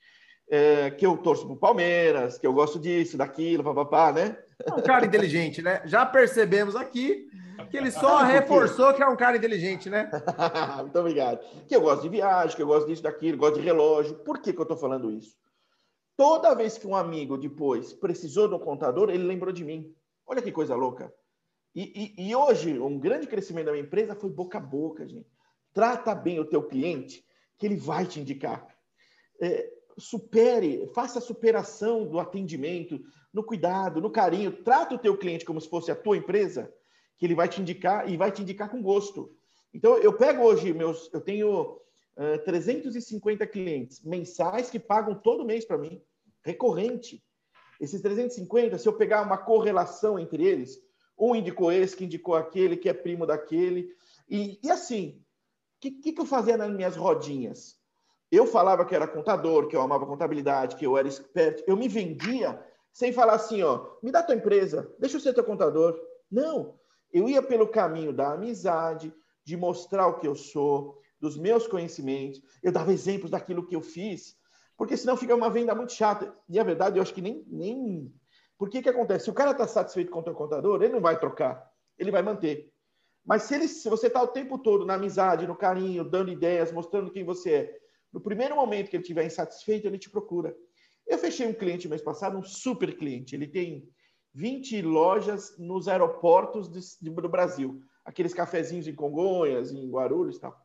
é, que eu torço pro Palmeiras, que eu gosto disso, daquilo, papapá, né? É um cara inteligente, né? Já percebemos aqui que ele só Sabe por quê? reforçou que é um cara inteligente, né? Muito obrigado. Que eu gosto de viagem, que eu gosto disso, daquilo, gosto de relógio. Por que que eu estou falando isso? Toda vez que um amigo depois precisou de um contador, ele lembrou de mim. Olha que coisa louca. E, e, e hoje, um grande crescimento da minha empresa foi boca a boca, gente. Trata bem o teu cliente, que ele vai te indicar. É, supere, faça a superação do atendimento, no cuidado, no carinho. Trata o teu cliente como se fosse a tua empresa, que ele vai te indicar e vai te indicar com gosto. Então, eu pego hoje meus... Eu tenho... Uh, trezentos e cinquenta clientes mensais que pagam todo mês para mim, recorrente. Esses trezentos e cinquenta, se eu pegar uma correlação entre eles, um indicou esse, que indicou aquele, que é primo daquele, e, e assim, que, que, que eu fazia nas minhas rodinhas? Eu falava que eu era contador, que eu amava contabilidade, que eu era expert. Eu me vendia sem falar assim, ó, me dá tua empresa, deixa eu ser teu contador. Não, eu ia pelo caminho da amizade, de mostrar o que eu sou, dos meus conhecimentos. Eu dava exemplos daquilo que eu fiz, porque senão fica uma venda muito chata. E a verdade, eu acho que nem... nem... Por que que acontece? Se o cara está satisfeito com o teu contador, ele não vai trocar, ele vai manter. Mas se, ele, se você está o tempo todo na amizade, no carinho, dando ideias, mostrando quem você é, no primeiro momento que ele estiver insatisfeito, ele te procura. Eu fechei um cliente mês passado, um super cliente. Ele tem vinte lojas nos aeroportos de, de, do Brasil. Aqueles cafezinhos em Congonhas, em Guarulhos e tal.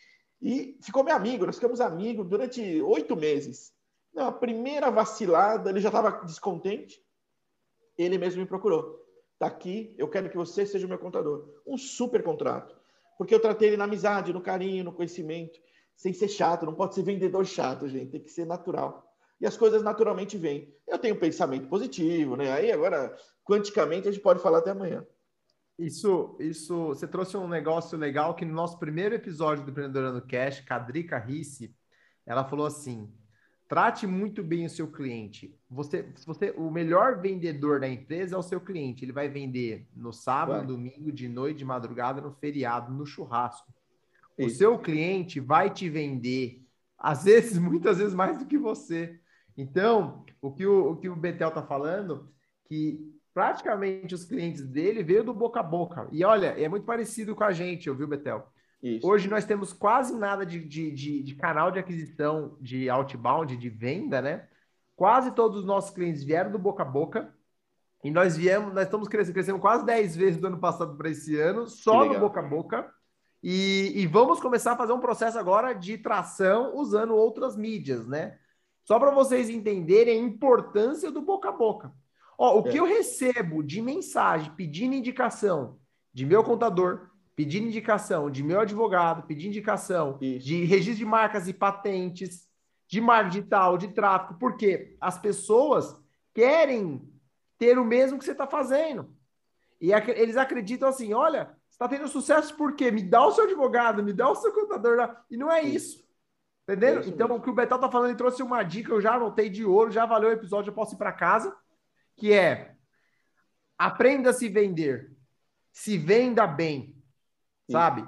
E ficou meu amigo, nós ficamos amigos durante oito meses. Não, a primeira vacilada, ele já estava descontente. Ele mesmo me procurou. Tá aqui, eu quero que você seja o meu contador. Um super contrato. Porque eu tratei ele na amizade, no carinho, no conhecimento, sem ser chato. Não pode ser vendedor chato, gente. Tem que ser natural. E as coisas naturalmente vêm. Eu tenho um pensamento positivo, né? Aí agora, quanticamente, a gente pode falar até amanhã. Isso, isso, você trouxe um negócio legal que no nosso primeiro episódio do Empreendedorando Cash, Cadrica Risse, ela falou assim: trate muito bem o seu cliente. Você, você, o melhor vendedor da empresa é o seu cliente. Ele vai vender no sábado, Vai. no domingo, de noite, de madrugada, no feriado, no churrasco. O Isso. seu cliente vai te vender, às vezes, muitas vezes mais do que você. Então, o que o, o, que o Betel está falando, que praticamente os clientes dele veio do boca a boca. E olha, é muito parecido com a gente, viu, Betel? Isso. Hoje nós temos quase nada de, de, de, de canal de aquisição de outbound, de venda, né? Quase todos os nossos clientes vieram do boca a boca. E nós viemos, nós estamos crescendo, crescemos quase dez vezes do ano passado para esse ano, só no boca a boca. E, e vamos começar a fazer um processo agora de tração usando outras mídias, né? Só para vocês entenderem a importância do boca a boca. Ó, o que eu recebo de mensagem pedindo indicação de meu contador, pedindo indicação de meu advogado, pedindo indicação Isso. de registro de marcas e patentes, de marketing digital, de tráfego, porque as pessoas querem ter o mesmo que você está fazendo. E ac- eles acreditam assim, olha, você está tendo sucesso por quê? Me dá o seu advogado, me dá o seu contador. E não é isso. Entendeu? É isso então, mesmo. O que o Betel está falando, ele trouxe uma dica, eu já anotei de ouro, já valeu o episódio, eu posso ir para casa, que é, aprenda a se vender, se venda bem, sabe?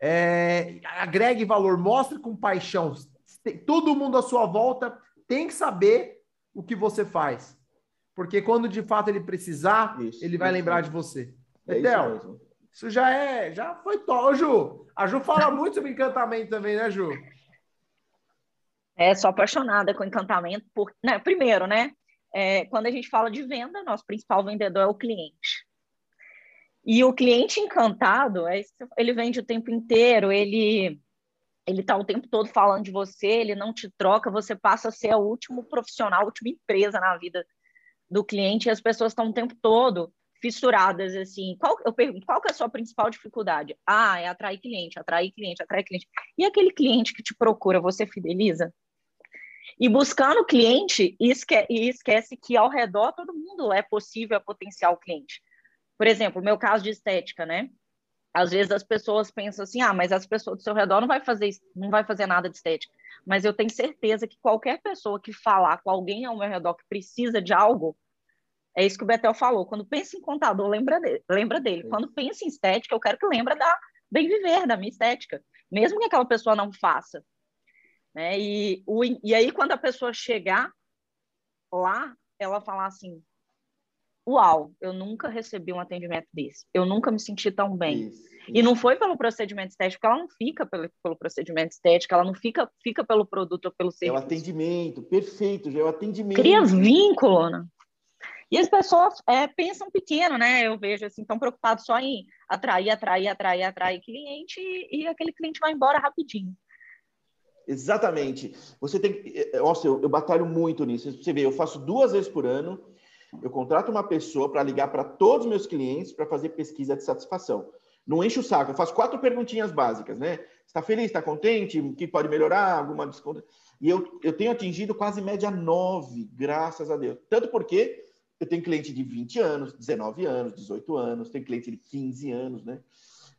É, agregue valor, mostre com paixão. Todo mundo à sua volta tem que saber o que você faz. Porque quando de fato ele precisar, isso, ele vai isso lembrar mesmo. de você. É Betel, isso, isso já é, já foi top. Ô, Ju, a Ju fala muito sobre encantamento também, né, Ju? É, sou apaixonada com encantamento. Por, né, primeiro, né? É, quando a gente fala de venda, nosso principal vendedor é o cliente. E o cliente encantado, é, ele vende o tempo inteiro, ele ele está o tempo todo falando de você, ele não te troca, você passa a ser o último profissional, a última empresa na vida do cliente, e as pessoas estão o tempo todo fissuradas, assim. Qual, eu pergunto, qual que é a sua principal dificuldade? Ah, é atrair cliente, atrair cliente, atrair cliente. E aquele cliente que te procura, você fideliza? E buscando cliente, e esquece, e esquece que ao redor todo mundo é possível, é potencial cliente. Por exemplo, o meu caso de estética, né? Às vezes as pessoas pensam assim, ah, mas as pessoas do seu redor não vai fazer, não vai fazer nada de estética. Mas eu tenho certeza que qualquer pessoa que falar com alguém ao meu redor que precisa de algo, é isso que o Betel falou. Quando pensa em contador, lembra dele. Lembra dele. Quando pensa em estética, eu quero que lembre da bem viver, da minha estética. Mesmo que aquela pessoa não faça. Né? E, o, e aí, quando a pessoa chegar lá, ela falar assim, uau, eu nunca recebi um atendimento desse. Eu nunca me senti tão bem. Isso, isso. E não foi pelo procedimento estético, porque ela não fica pelo, pelo procedimento estético, ela não fica, fica pelo produto ou pelo serviço. É o atendimento, perfeito, já é o atendimento. Cria vínculo, né? E as pessoas é, pensam pequeno, né? Eu vejo assim, estão preocupados só em atrair, atrair, atrair, atrair cliente e, e aquele cliente vai embora rapidinho. Exatamente. Você tem que... Nossa, eu, eu batalho muito nisso. Você vê, eu faço duas vezes por ano, eu contrato uma pessoa para ligar para todos os meus clientes para fazer pesquisa de satisfação. Não enche o saco, eu faço quatro perguntinhas básicas, né? Está feliz, está contente? O que pode melhorar? Alguma desconto? E eu, eu tenho atingido quase média nove, graças a Deus. Tanto porque eu tenho cliente de vinte anos, dezenove anos, dezoito anos, tenho cliente de quinze anos, né?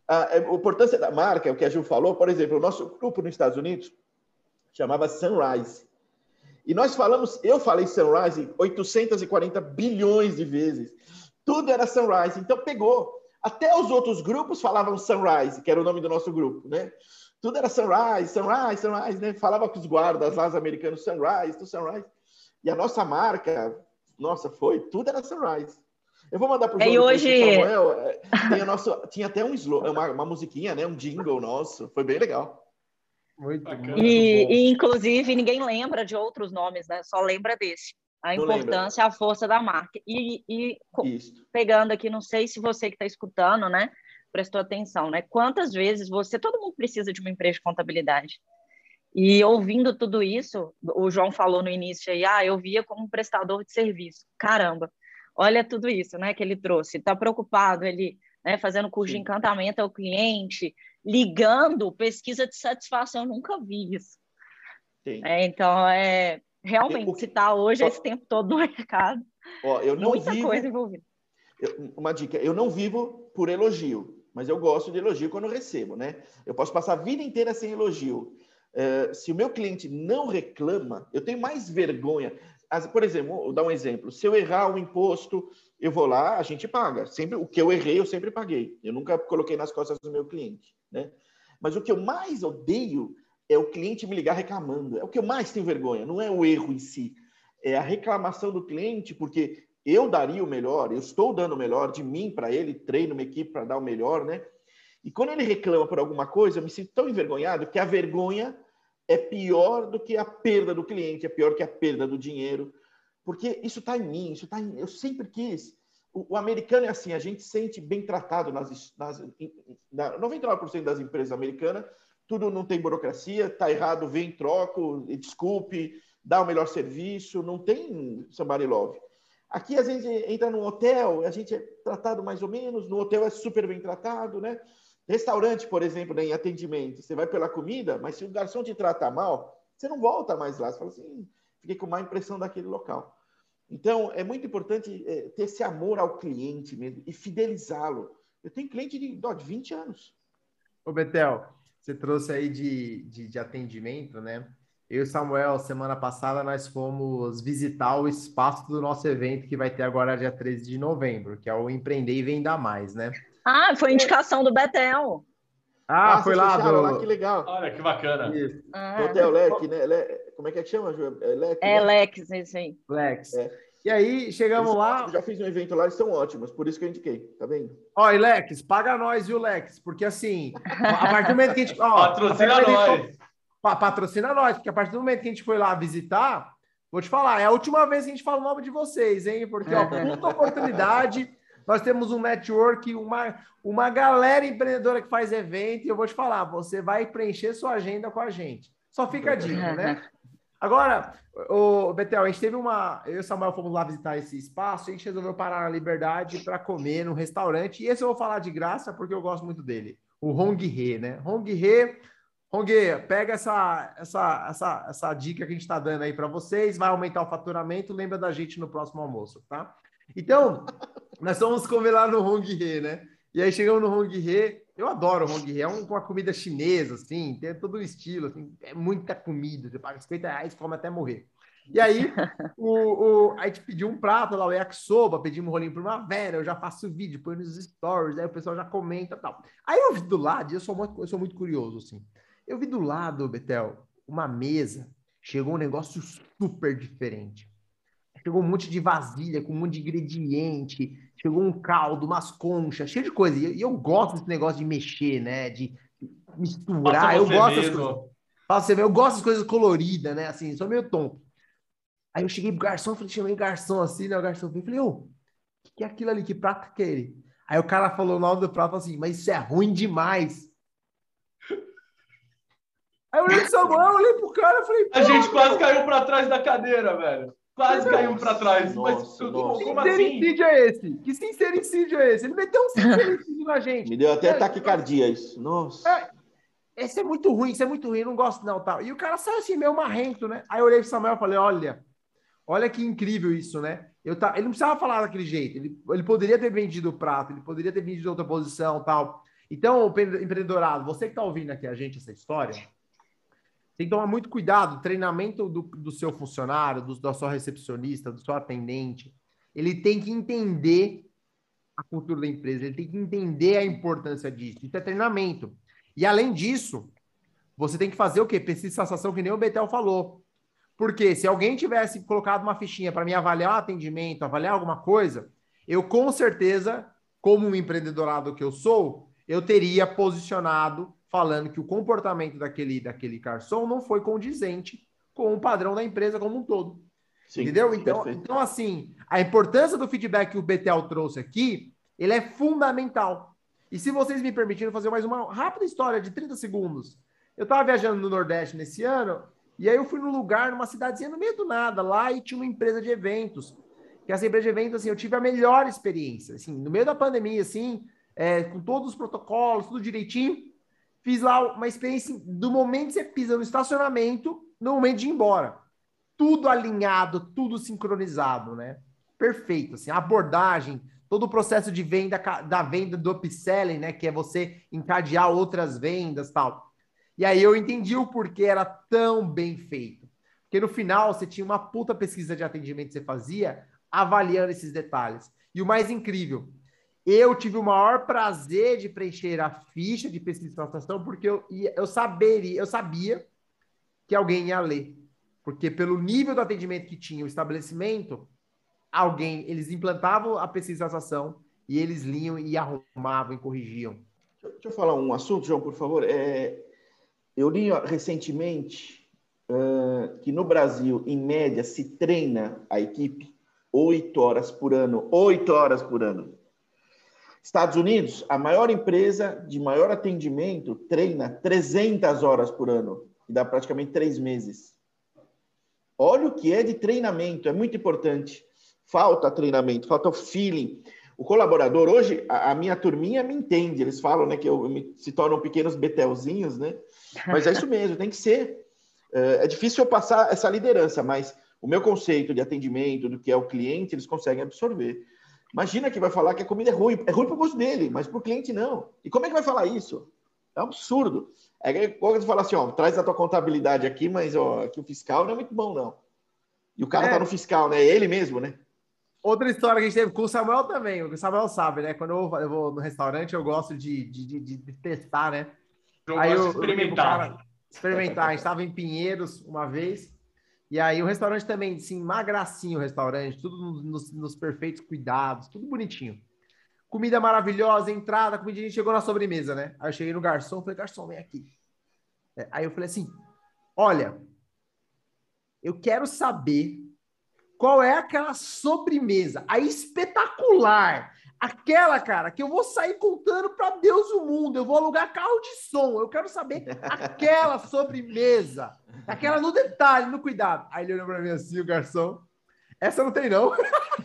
A, a importância da marca, o que a Ju falou, por exemplo, o nosso grupo nos Estados Unidos chamava Sunrise. E nós falamos, eu falei Sunrise oitocentos e quarenta bilhões de vezes. Tudo era Sunrise, então pegou. Até os outros grupos falavam Sunrise, que era o nome do nosso grupo, né? Tudo era Sunrise, Sunrise, Sunrise, né? Falava com os guardas lá, os americanos, Sunrise, tudo Sunrise. E a nossa marca, nossa, foi, tudo era Sunrise. Eu vou mandar para o E hoje... Samuel, tem o nosso, tinha até um slogan, uma, uma musiquinha, né? Um jingle nosso, foi bem legal. Muito, muito e, bom. e, inclusive, ninguém lembra de outros nomes, né? Só lembra desse. A Não importância, lembra. a força da marca. E, e pegando aqui, não sei se você que está escutando, né? Prestou atenção, né? Quantas vezes você... Todo mundo precisa de uma empresa de contabilidade. E ouvindo tudo isso, o João falou no início aí, ah, eu via como um prestador de serviço. Caramba, olha tudo isso, né, que ele trouxe. Está preocupado, ele, né, fazendo curso Sim. de encantamento ao cliente, ligando, pesquisa de satisfação, eu nunca vi isso. É, então, é, realmente, que, se está hoje ó, esse tempo todo no mercado, ó, eu não muita vivo, coisa envolvida. Eu, uma dica, eu não vivo por elogio, mas eu gosto de elogio quando eu recebo, né? Eu posso passar a vida inteira sem elogio. Uh, se o meu cliente não reclama, eu tenho mais vergonha. As, por exemplo, vou dar um exemplo. Se eu errar o imposto, eu vou lá, a gente paga. Sempre, o que eu errei, eu sempre paguei. Eu nunca coloquei nas costas do meu cliente, né? Mas o que eu mais odeio é o cliente me ligar reclamando. É o que eu mais tenho vergonha. Não é o erro em si. É a reclamação do cliente, porque eu daria o melhor, eu estou dando o melhor de mim para ele, treino uma equipe para dar o melhor, né? E quando ele reclama por alguma coisa, eu me sinto tão envergonhado que a vergonha é pior do que a perda do cliente, é pior que a perda do dinheiro, porque isso está em mim, isso está em... eu sempre quis. O, o americano é assim, a gente sente bem tratado nas, nas na noventa e nove por cento das empresas americanas, tudo não tem burocracia, está errado, vem, troco, desculpe, dá o melhor serviço, não tem somebody love. Aqui a gente entra num hotel, a gente é tratado mais ou menos, no hotel é super bem tratado, né? Restaurante, por exemplo, né, em atendimento, você vai pela comida, mas se o garçom te trata mal, você não volta mais lá. Você fala assim, fiquei com má impressão daquele local. Então, é muito importante é, ter esse amor ao cliente mesmo e fidelizá-lo. Eu tenho cliente de, ó, de vinte anos. Ô, Betel, você trouxe aí de, de, de atendimento, né? Eu e o Samuel, semana passada, nós fomos visitar o espaço do nosso evento que vai ter agora dia treze de novembro, que é o Empreender e Venda Mais, né? Ah, foi indicação do Betel. Ah, ah foi lá do... lá, que legal. Olha, que bacana. Isso. Ah. Hotel Leque, né? Le... Como é que é que chama, Ju? É Leque, É né? Lex, isso aí. Lex. É. E aí, chegamos eles lá... Eu já fiz um evento lá, eles são ótimos, por isso que eu indiquei, tá vendo? Ó, e Lex, paga nós, viu, Lex? Porque assim, a partir do momento que a gente... Ó, patrocina nós. Gente... Patrocina nós, porque a partir do momento que a gente foi lá visitar, vou te falar, é a última vez que a gente fala o nome de vocês, hein? Porque, ó, puta oportunidade... Nós temos um network, uma, uma galera empreendedora que faz evento, e eu vou te falar, você vai preencher sua agenda com a gente. Só fica a dica, né? Agora, o Betel, a gente teve uma... Eu e o Samuel fomos lá visitar esse espaço, e a gente resolveu parar na Liberdade para comer num restaurante, e esse eu vou falar de graça, porque eu gosto muito dele. O Hong He, né? Hong He... Hong He, pega essa, essa, essa, essa dica que a gente está dando aí para vocês, vai aumentar o faturamento, lembra da gente no próximo almoço, tá? Então, nós fomos comer lá no Hong He, né? E aí chegamos no Hong He, eu adoro o Hong He, é um, uma comida chinesa, assim, tem todo o estilo, assim, é muita comida, você paga cinquenta reais e come até morrer. E aí, o, o, a gente pediu um prato lá, o yakisoba, pedimos um rolinho primavera, eu já faço vídeo, põe nos stories, aí o pessoal já comenta e tal. Aí eu vi do lado, eu sou muito, eu sou muito curioso, assim, eu vi do lado, Betel, uma mesa, chegou um negócio super diferente. Chegou um monte de vasilha com um monte de ingrediente, chegou um caldo, umas conchas, cheio de coisa. E eu gosto desse negócio de mexer, né? De misturar. Eu gosto das coisas. Você vê, eu gosto das coisas coloridas, né? Assim, sou meio tonto. Aí eu cheguei pro garçom, falei, chamei o garçom assim, né? O garçom veio, falei, ô, o que, que é aquilo ali? Que prato que é ele? Aí o cara falou o nome do prato assim, mas isso é ruim demais. Aí eu olhei pro Samuel, eu olhei pro cara e falei... A gente quase caiu pra trás da cadeira, velho. Quase caímos para trás. Nossa, mas tudo, nossa. Como que sincericídio assim? é esse? Que sincericídio é esse? Ele meteu um sincericídio na gente. Me deu até é, taquicardia isso. Nossa. É, esse é muito ruim, isso é muito ruim, eu não gosto não, tal. E o cara saiu assim, meio marrento, né? Aí eu olhei pro Samuel e falei, olha, olha que incrível isso, né? Eu tá... Ele não precisava falar daquele jeito, ele, ele poderia ter vendido o prato, ele poderia ter vendido outra posição, tal. Então, empreendedorado, você que está ouvindo aqui a gente essa história, tem que tomar muito cuidado. O treinamento do, do seu funcionário, do, da sua recepcionista, do seu atendente, ele tem que entender a cultura da empresa, ele tem que entender a importância disso. Isso é treinamento. E, além disso, você tem que fazer o quê? Pesquisa de satisfação, que nem o Betel falou. Porque se alguém tivesse colocado uma fichinha para me avaliar o atendimento, avaliar alguma coisa, eu, com certeza, como um empreendedorado que eu sou, eu teria posicionado falando que o comportamento daquele, daquele garçom não foi condizente com o padrão da empresa como um todo. Sim, entendeu? Então, então, assim, a importância do feedback que o Betel trouxe aqui, ele é fundamental. E se vocês me permitirem fazer mais uma rápida história de trinta segundos. Eu estava viajando no Nordeste nesse ano, e aí eu fui num lugar, numa cidadezinha no meio do nada, lá, e tinha uma empresa de eventos. Que essa empresa de eventos, assim, eu tive a melhor experiência. Assim, no meio da pandemia, assim, é, com todos os protocolos, tudo direitinho, fiz lá uma experiência do momento que você pisa no estacionamento, no momento de ir embora. Tudo alinhado, tudo sincronizado, né? Perfeito, assim, a abordagem, todo o processo de venda, da venda do upselling, né? Que é você encadear outras vendas e tal. E aí eu entendi o porquê era tão bem feito. Porque no final você tinha uma puta pesquisa de atendimento que você fazia, avaliando esses detalhes. E o mais incrível, eu tive o maior prazer de preencher a ficha de pesquisa de satisfação, porque eu, eu, saberia, eu sabia que alguém ia ler. Porque pelo nível do atendimento que tinha o estabelecimento, alguém, eles implantavam a pesquisa de satisfação e eles liam e arrumavam e corrigiam. Deixa eu falar um assunto, João, por favor. É, eu li recentemente uh, que no Brasil, em média, se treina a equipe oito horas por ano. Oito horas por ano. Estados Unidos, a maior empresa de maior atendimento, treina trezentas horas por ano. E dá praticamente três meses. Olha o que é de treinamento, é muito importante. Falta treinamento, falta o feeling. O colaborador, hoje, a, a minha turminha me entende, eles falam, né, que eu, eu me, se tornam pequenos betelzinhos, né? Mas é isso mesmo, tem que ser. É, é difícil eu passar essa liderança, mas o meu conceito de atendimento, do que é o cliente, eles conseguem absorver. Imagina que vai falar que a comida é ruim, é ruim para o gosto dele, mas para o cliente não. E como é que vai falar isso? É um absurdo. É quando você fala assim, ó, traz a tua contabilidade aqui, mas ó, aqui o fiscal não é muito bom, não. E o cara é. tá no fiscal, né? É ele mesmo, né? Outra história que a gente teve com o Samuel também, o Samuel sabe, né? Quando eu vou, eu vou no restaurante, eu gosto de, de, de, de testar, né? Eu aí eu, experimentar. Eu, cara, experimentar. A gente estava em Pinheiros uma vez, e aí o restaurante também, assim, magracinho o restaurante, tudo nos, nos perfeitos cuidados, tudo bonitinho. Comida maravilhosa, entrada, comida, a gente chegou na sobremesa, né? Aí eu cheguei no garçom, falei, garçom, vem aqui. Aí eu falei assim, olha, eu quero saber qual é aquela sobremesa, a espetacular, aquela, cara, que eu vou sair contando para Deus o mundo, eu vou alugar carro de som, eu quero saber aquela sobremesa, aquela no detalhe, no cuidado. Aí ele olhou para mim assim, o garçom, essa não tem não.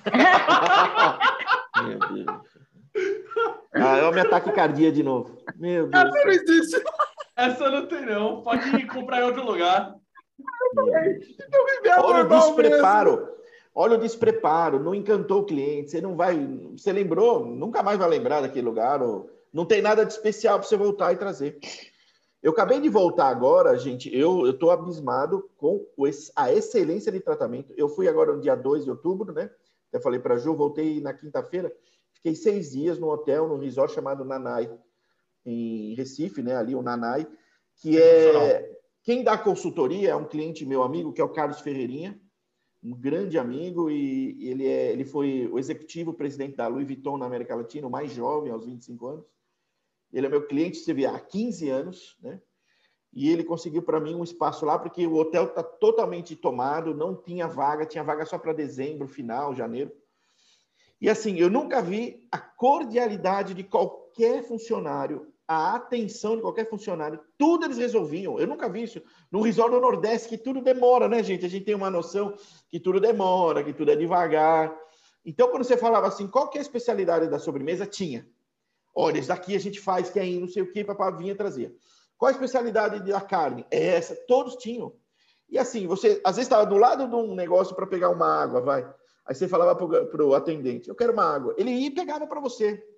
Meu Deus. Ah, eu me ataque cardíaco de novo. Meu Deus. Essa não existe. Essa não tem não, pode ir comprar em outro lugar. Olha o despreparo. Mesmo. Olha o despreparo, não encantou o cliente, você não vai, você lembrou, nunca mais vai lembrar daquele lugar, ou não tem nada de especial para você voltar e trazer. Eu acabei de voltar agora, gente, eu estou abismado com a excelência de tratamento. Eu fui agora no dia dois de outubro, né? Eu falei para a Ju, voltei na quinta-feira, fiquei seis dias no hotel, num resort chamado Nanai, em Recife, né? Ali o Nanai, que é... Quem dá consultoria é um cliente meu amigo, que é o Carlos Ferreirinha, um grande amigo, e ele, é, ele foi o executivo presidente da Louis Vuitton na América Latina, o mais jovem, aos vinte e cinco anos. Ele é meu cliente, você vê, há quinze anos, né? E ele conseguiu para mim um espaço lá, porque o hotel está totalmente tomado, não tinha vaga, tinha vaga só para dezembro, final, janeiro. E assim, eu nunca vi a cordialidade de qualquer funcionário, a atenção de qualquer funcionário, tudo eles resolviam. Eu nunca vi isso. No resort do Nordeste, que tudo demora, né, gente? A gente tem uma noção que tudo demora, que tudo é devagar. Então, quando você falava assim, qual que é a especialidade da sobremesa? Tinha. Olha, isso daqui a gente faz, que aí não sei o que, para vinha trazer. Qual a especialidade da carne? É essa. Todos tinham. E assim, você às vezes estava do lado de um negócio para pegar uma água, vai. Aí você falava para o atendente, eu quero uma água. Ele ia e pegava para você.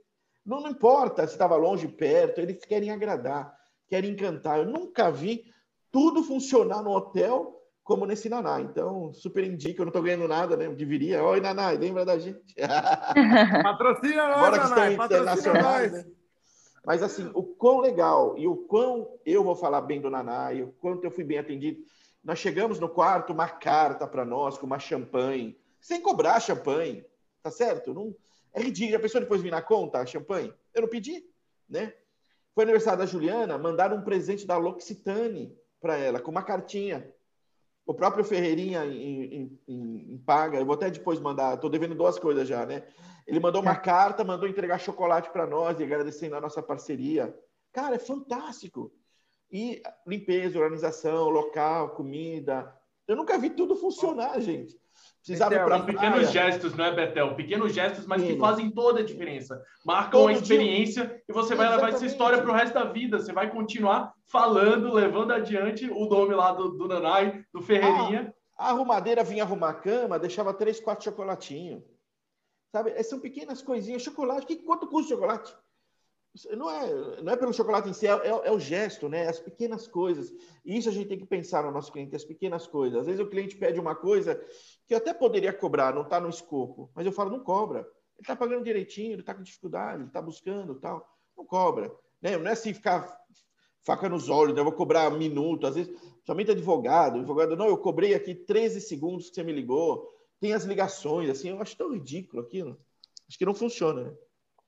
Não, não importa se estava longe, perto, eles querem agradar, querem encantar. Eu nunca vi tudo funcionar no hotel como nesse Naná. Então, super indico, eu não estou ganhando nada, né? Eu deveria. Oi, Naná, lembra da gente? Patrocina nós, Agora que Naná, estão patrocina internacionais, nós. né? Mas, assim, o quão legal e o quão eu vou falar bem do Naná e o quanto eu fui bem atendido. Nós chegamos no quarto, uma carta para nós, com uma champanhe, sem cobrar champanhe, tá certo? Não, é ridículo. A pessoa depois vir na conta, a champanhe. Eu não pedi, né? Foi aniversário da Juliana, mandaram um presente da L'Occitane para ela, com uma cartinha. O próprio Ferreirinha em, em, em, em paga, eu vou até depois mandar, estou devendo duas coisas já, né? Ele mandou uma carta, mandou entregar chocolate para nós e agradecendo a nossa parceria. Cara, é fantástico. E limpeza, organização, local, comida. Eu nunca vi tudo funcionar, gente. Precisava ir pra São pequenos gestos, não é, Betel? Pequenos gestos, mas que fazem toda a diferença. Marcam a experiência e você vai levar essa história para o resto da vida. Você vai continuar falando, levando adiante o nome lá do, do Nanai, do Ferreirinha. A, a arrumadeira vinha arrumar a cama, deixava três, quatro chocolatinhos. Sabe? São pequenas coisinhas. Chocolate, que, quanto custa o chocolate? Não é, não é pelo chocolate em si, é, é, é o gesto, né? As pequenas coisas. E isso a gente tem que pensar no nosso cliente, as pequenas coisas. Às vezes o cliente pede uma coisa que eu até poderia cobrar, não está no escopo, mas eu falo, não cobra. Ele está pagando direitinho, ele está com dificuldade, ele está buscando tal. Não cobra. Né? Não é assim ficar faca nos olhos, né? Eu vou cobrar um minuto, às vezes, somente advogado, advogado, não, eu cobrei aqui treze segundos que você me ligou, tem as ligações, assim, eu acho tão ridículo aquilo. Acho que não funciona, né?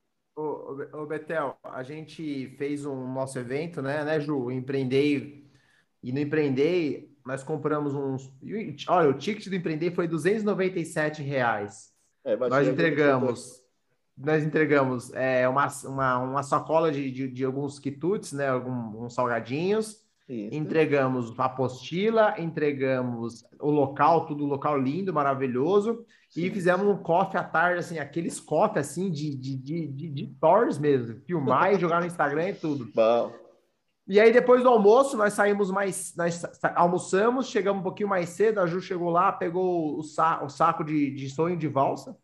Ô, ô, Betel, a gente fez um nosso evento, né, né, Ju? Empreendei. E no Empreendei, nós compramos uns. Olha, o ticket do Empreendei foi duzentos e noventa e sete reais. É, nós entregamos. Nós entregamos é, uma, uma, uma sacola de, de, de alguns quitutes, né? Alguns salgadinhos. Isso. Entregamos a apostila, entregamos o local, tudo local lindo, maravilhoso. Sim. E fizemos um coffee à tarde, assim, aqueles coffee assim de, de, de, de, de stories mesmo, filmar e jogar no Instagram e tudo. Bom. E aí, depois do almoço, nós saímos mais, nós almoçamos, chegamos um pouquinho mais cedo, a Ju chegou lá, pegou o, sa o saco de, de sonho de valsa.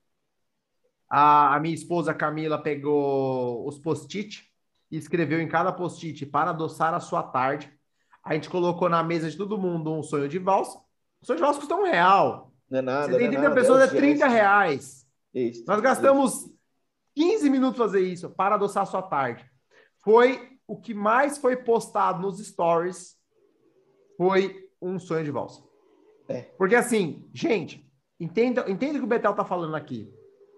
A, a minha esposa Camila pegou os post-it e escreveu em cada post-it para adoçar a sua tarde. A gente colocou na mesa de todo mundo um sonho de valsa. O sonho de valsa custa um real. Não é nada, Você tem trinta pessoas, é, é trinta reais. Isso, Nós gastamos isso. quinze minutos fazer isso para adoçar a sua tarde. Foi o que mais foi postado nos stories, foi um sonho de valsa. É. Porque assim, gente, entenda, entenda o que o Betel está falando aqui.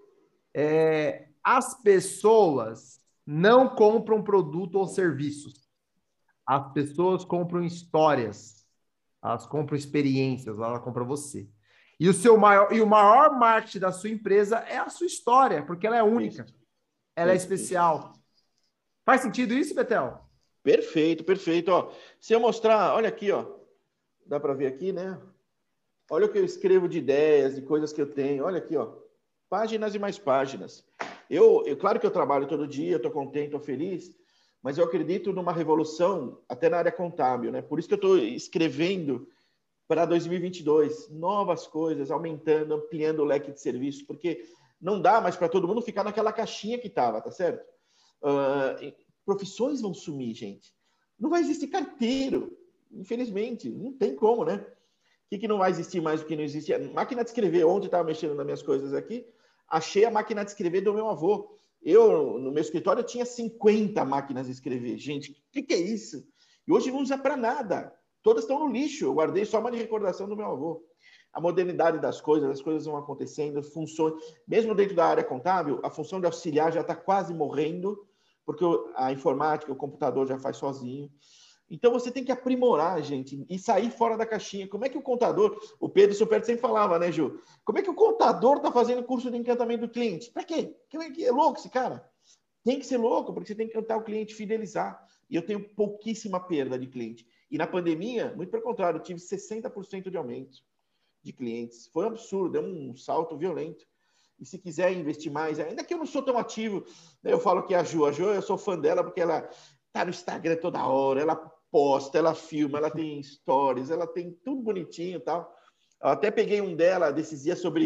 É, as pessoas não compram produto ou serviços. As pessoas compram histórias, elas compram experiências, elas compram você. E o seu maior e o maior marketing da sua empresa é a sua história, porque ela é única, isso. ela é especial. Isso. Faz sentido isso, Betel? Perfeito, perfeito. Ó, se eu mostrar, olha aqui, ó, dá para ver aqui, né? Olha o que eu escrevo de ideias, de coisas que eu tenho. Olha aqui, ó, páginas e mais páginas. Eu, eu claro que eu trabalho todo dia, estou contente, estou feliz. Mas eu acredito numa revolução até na área contábil, né? Por isso que eu estou escrevendo para dois mil e vinte e dois novas coisas, aumentando, ampliando o leque de serviços, porque não dá mais para todo mundo ficar naquela caixinha que estava, tá certo? Uh, profissões vão sumir, gente. Não vai existir carteiro, infelizmente. Não tem como, né? O que, que não vai existir mais do que não existia? Máquina de escrever. Ontem eu estava mexendo nas minhas coisas aqui, achei a máquina de escrever do meu avô. Eu, no meu escritório, eu tinha cinquenta máquinas de escrever. Gente, o que, que é isso? E hoje não usa para nada. Todas estão no lixo. Eu guardei só uma de recordação do meu avô. A modernidade das coisas, as coisas vão acontecendo, funções... Mesmo dentro da área contábil, a função de auxiliar já está quase morrendo, porque a informática, o computador já faz sozinho. Então, você tem que aprimorar, gente, e sair fora da caixinha. Como é que o contador... O Pedro Superti sempre falava, né, Ju? Como é que o contador está fazendo curso de encantamento do cliente? Para quê? É louco esse cara? Tem que ser louco, porque você tem que encantar o cliente, fidelizar. E eu tenho pouquíssima perda de cliente. E na pandemia, muito pelo contrário, eu tive sessenta por cento de aumento de clientes. Foi um absurdo, é um salto violento. E se quiser investir mais, ainda que eu não sou tão ativo, né, eu falo que a Ju, a Ju, eu sou fã dela porque ela tá no Instagram toda hora, ela posta, ela filma, ela tem stories, ela tem tudo bonitinho e tal. Eu até peguei um dela desses dias sobre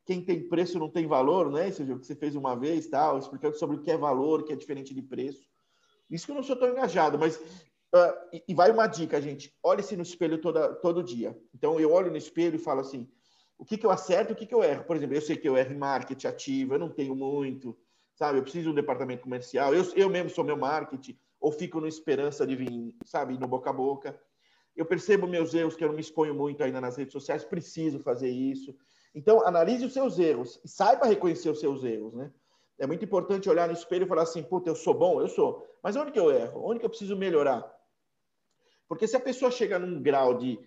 quem tem preço não tem valor, né? Esse jogo que você fez uma vez, tal, explicando sobre o que é valor, o que é diferente de preço. Isso que eu não sou tão engajado, mas... Uh, e, e vai uma dica, gente. Olhe-se no espelho toda, todo dia. Então, eu olho no espelho e falo assim, o que, que eu acerto e o que, que eu erro. Por exemplo, eu sei que eu erro em marketing ativo, eu não tenho muito, sabe? Eu preciso de um departamento comercial, eu, eu mesmo sou meu marketing, ou fico na esperança de vir, sabe, no boca a boca. Eu percebo meus erros, que eu não me exponho muito ainda nas redes sociais, preciso fazer isso. Então, analise os seus erros e saiba reconhecer os seus erros, né? É muito importante olhar no espelho e falar assim, puta, eu sou bom? Eu sou. Mas onde que eu erro? Onde que eu preciso melhorar? Porque se a pessoa chega num grau de...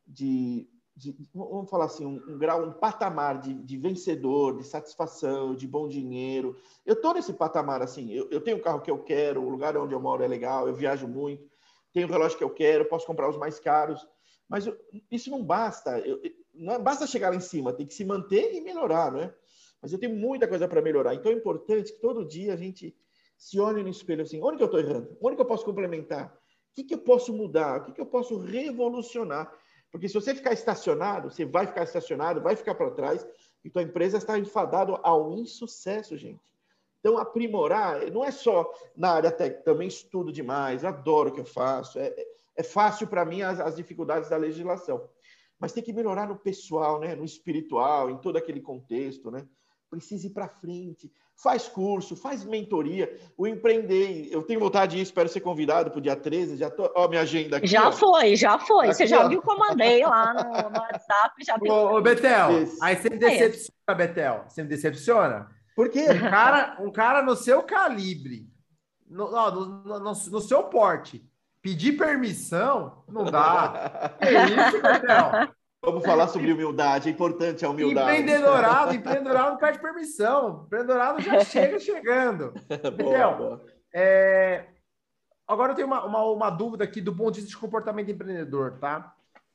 de, de vamos falar assim, um, um grau, um patamar de, de vencedor, de satisfação, de bom dinheiro. Eu estou nesse patamar, assim. Eu, eu tenho o carro que eu quero, o lugar onde eu moro é legal, eu viajo muito, tenho o relógio que eu quero, posso comprar os mais caros. Mas eu, isso não basta. Eu, não basta chegar lá em cima, tem que se manter e melhorar, não é? Mas eu tenho muita coisa para melhorar. Então é importante que todo dia a gente se olhe no espelho assim, onde que eu estou errando? Onde que eu posso complementar? O que, que eu posso mudar? O que, que eu posso revolucionar? Porque se você ficar estacionado, você vai ficar estacionado, vai ficar para trás, e tua empresa está enfadada ao insucesso, gente. Então, aprimorar não é só na área técnica, também estudo demais, adoro o que eu faço, é, é fácil para mim as, as dificuldades da legislação. Mas tem que melhorar no pessoal, né? No espiritual, em todo aquele contexto, né? Precisa ir para frente, faz curso, faz mentoria, o empreender. Eu tenho vontade de ir, espero ser convidado para o dia treze, já tô, ó, minha agenda aqui. Já ó. foi, já foi. Aqui, você já ó. viu que eu mandei lá no, no WhatsApp, já viu? Ô, ô Betel, Esse. aí você me decepciona, Betel. Você me decepciona? Por quê? Um cara, um cara no seu calibre, no, no, no, no, no seu porte, pedir permissão, não dá. Que isso, Betel? Vamos falar sobre humildade, é importante a humildade. Empreendedorado, empreendedorado não pede permissão. Empreendedorado já chega chegando. boa, Betel, boa. é... agora eu tenho uma, uma, uma dúvida aqui do ponto de vista de comportamento empreendedor, tá?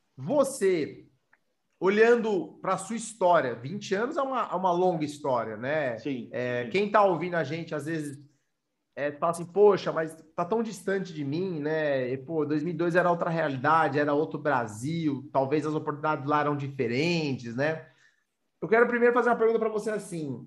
Você, olhando para a sua história, vinte anos é uma, é uma longa história, né? Sim, é, sim. Quem está ouvindo a gente, às vezes, é, fala assim, poxa, mas tá tão distante de mim, né? E, pô, dois mil e dois era outra realidade, era outro Brasil, talvez as oportunidades lá eram diferentes, né? Eu quero primeiro fazer uma pergunta para você assim,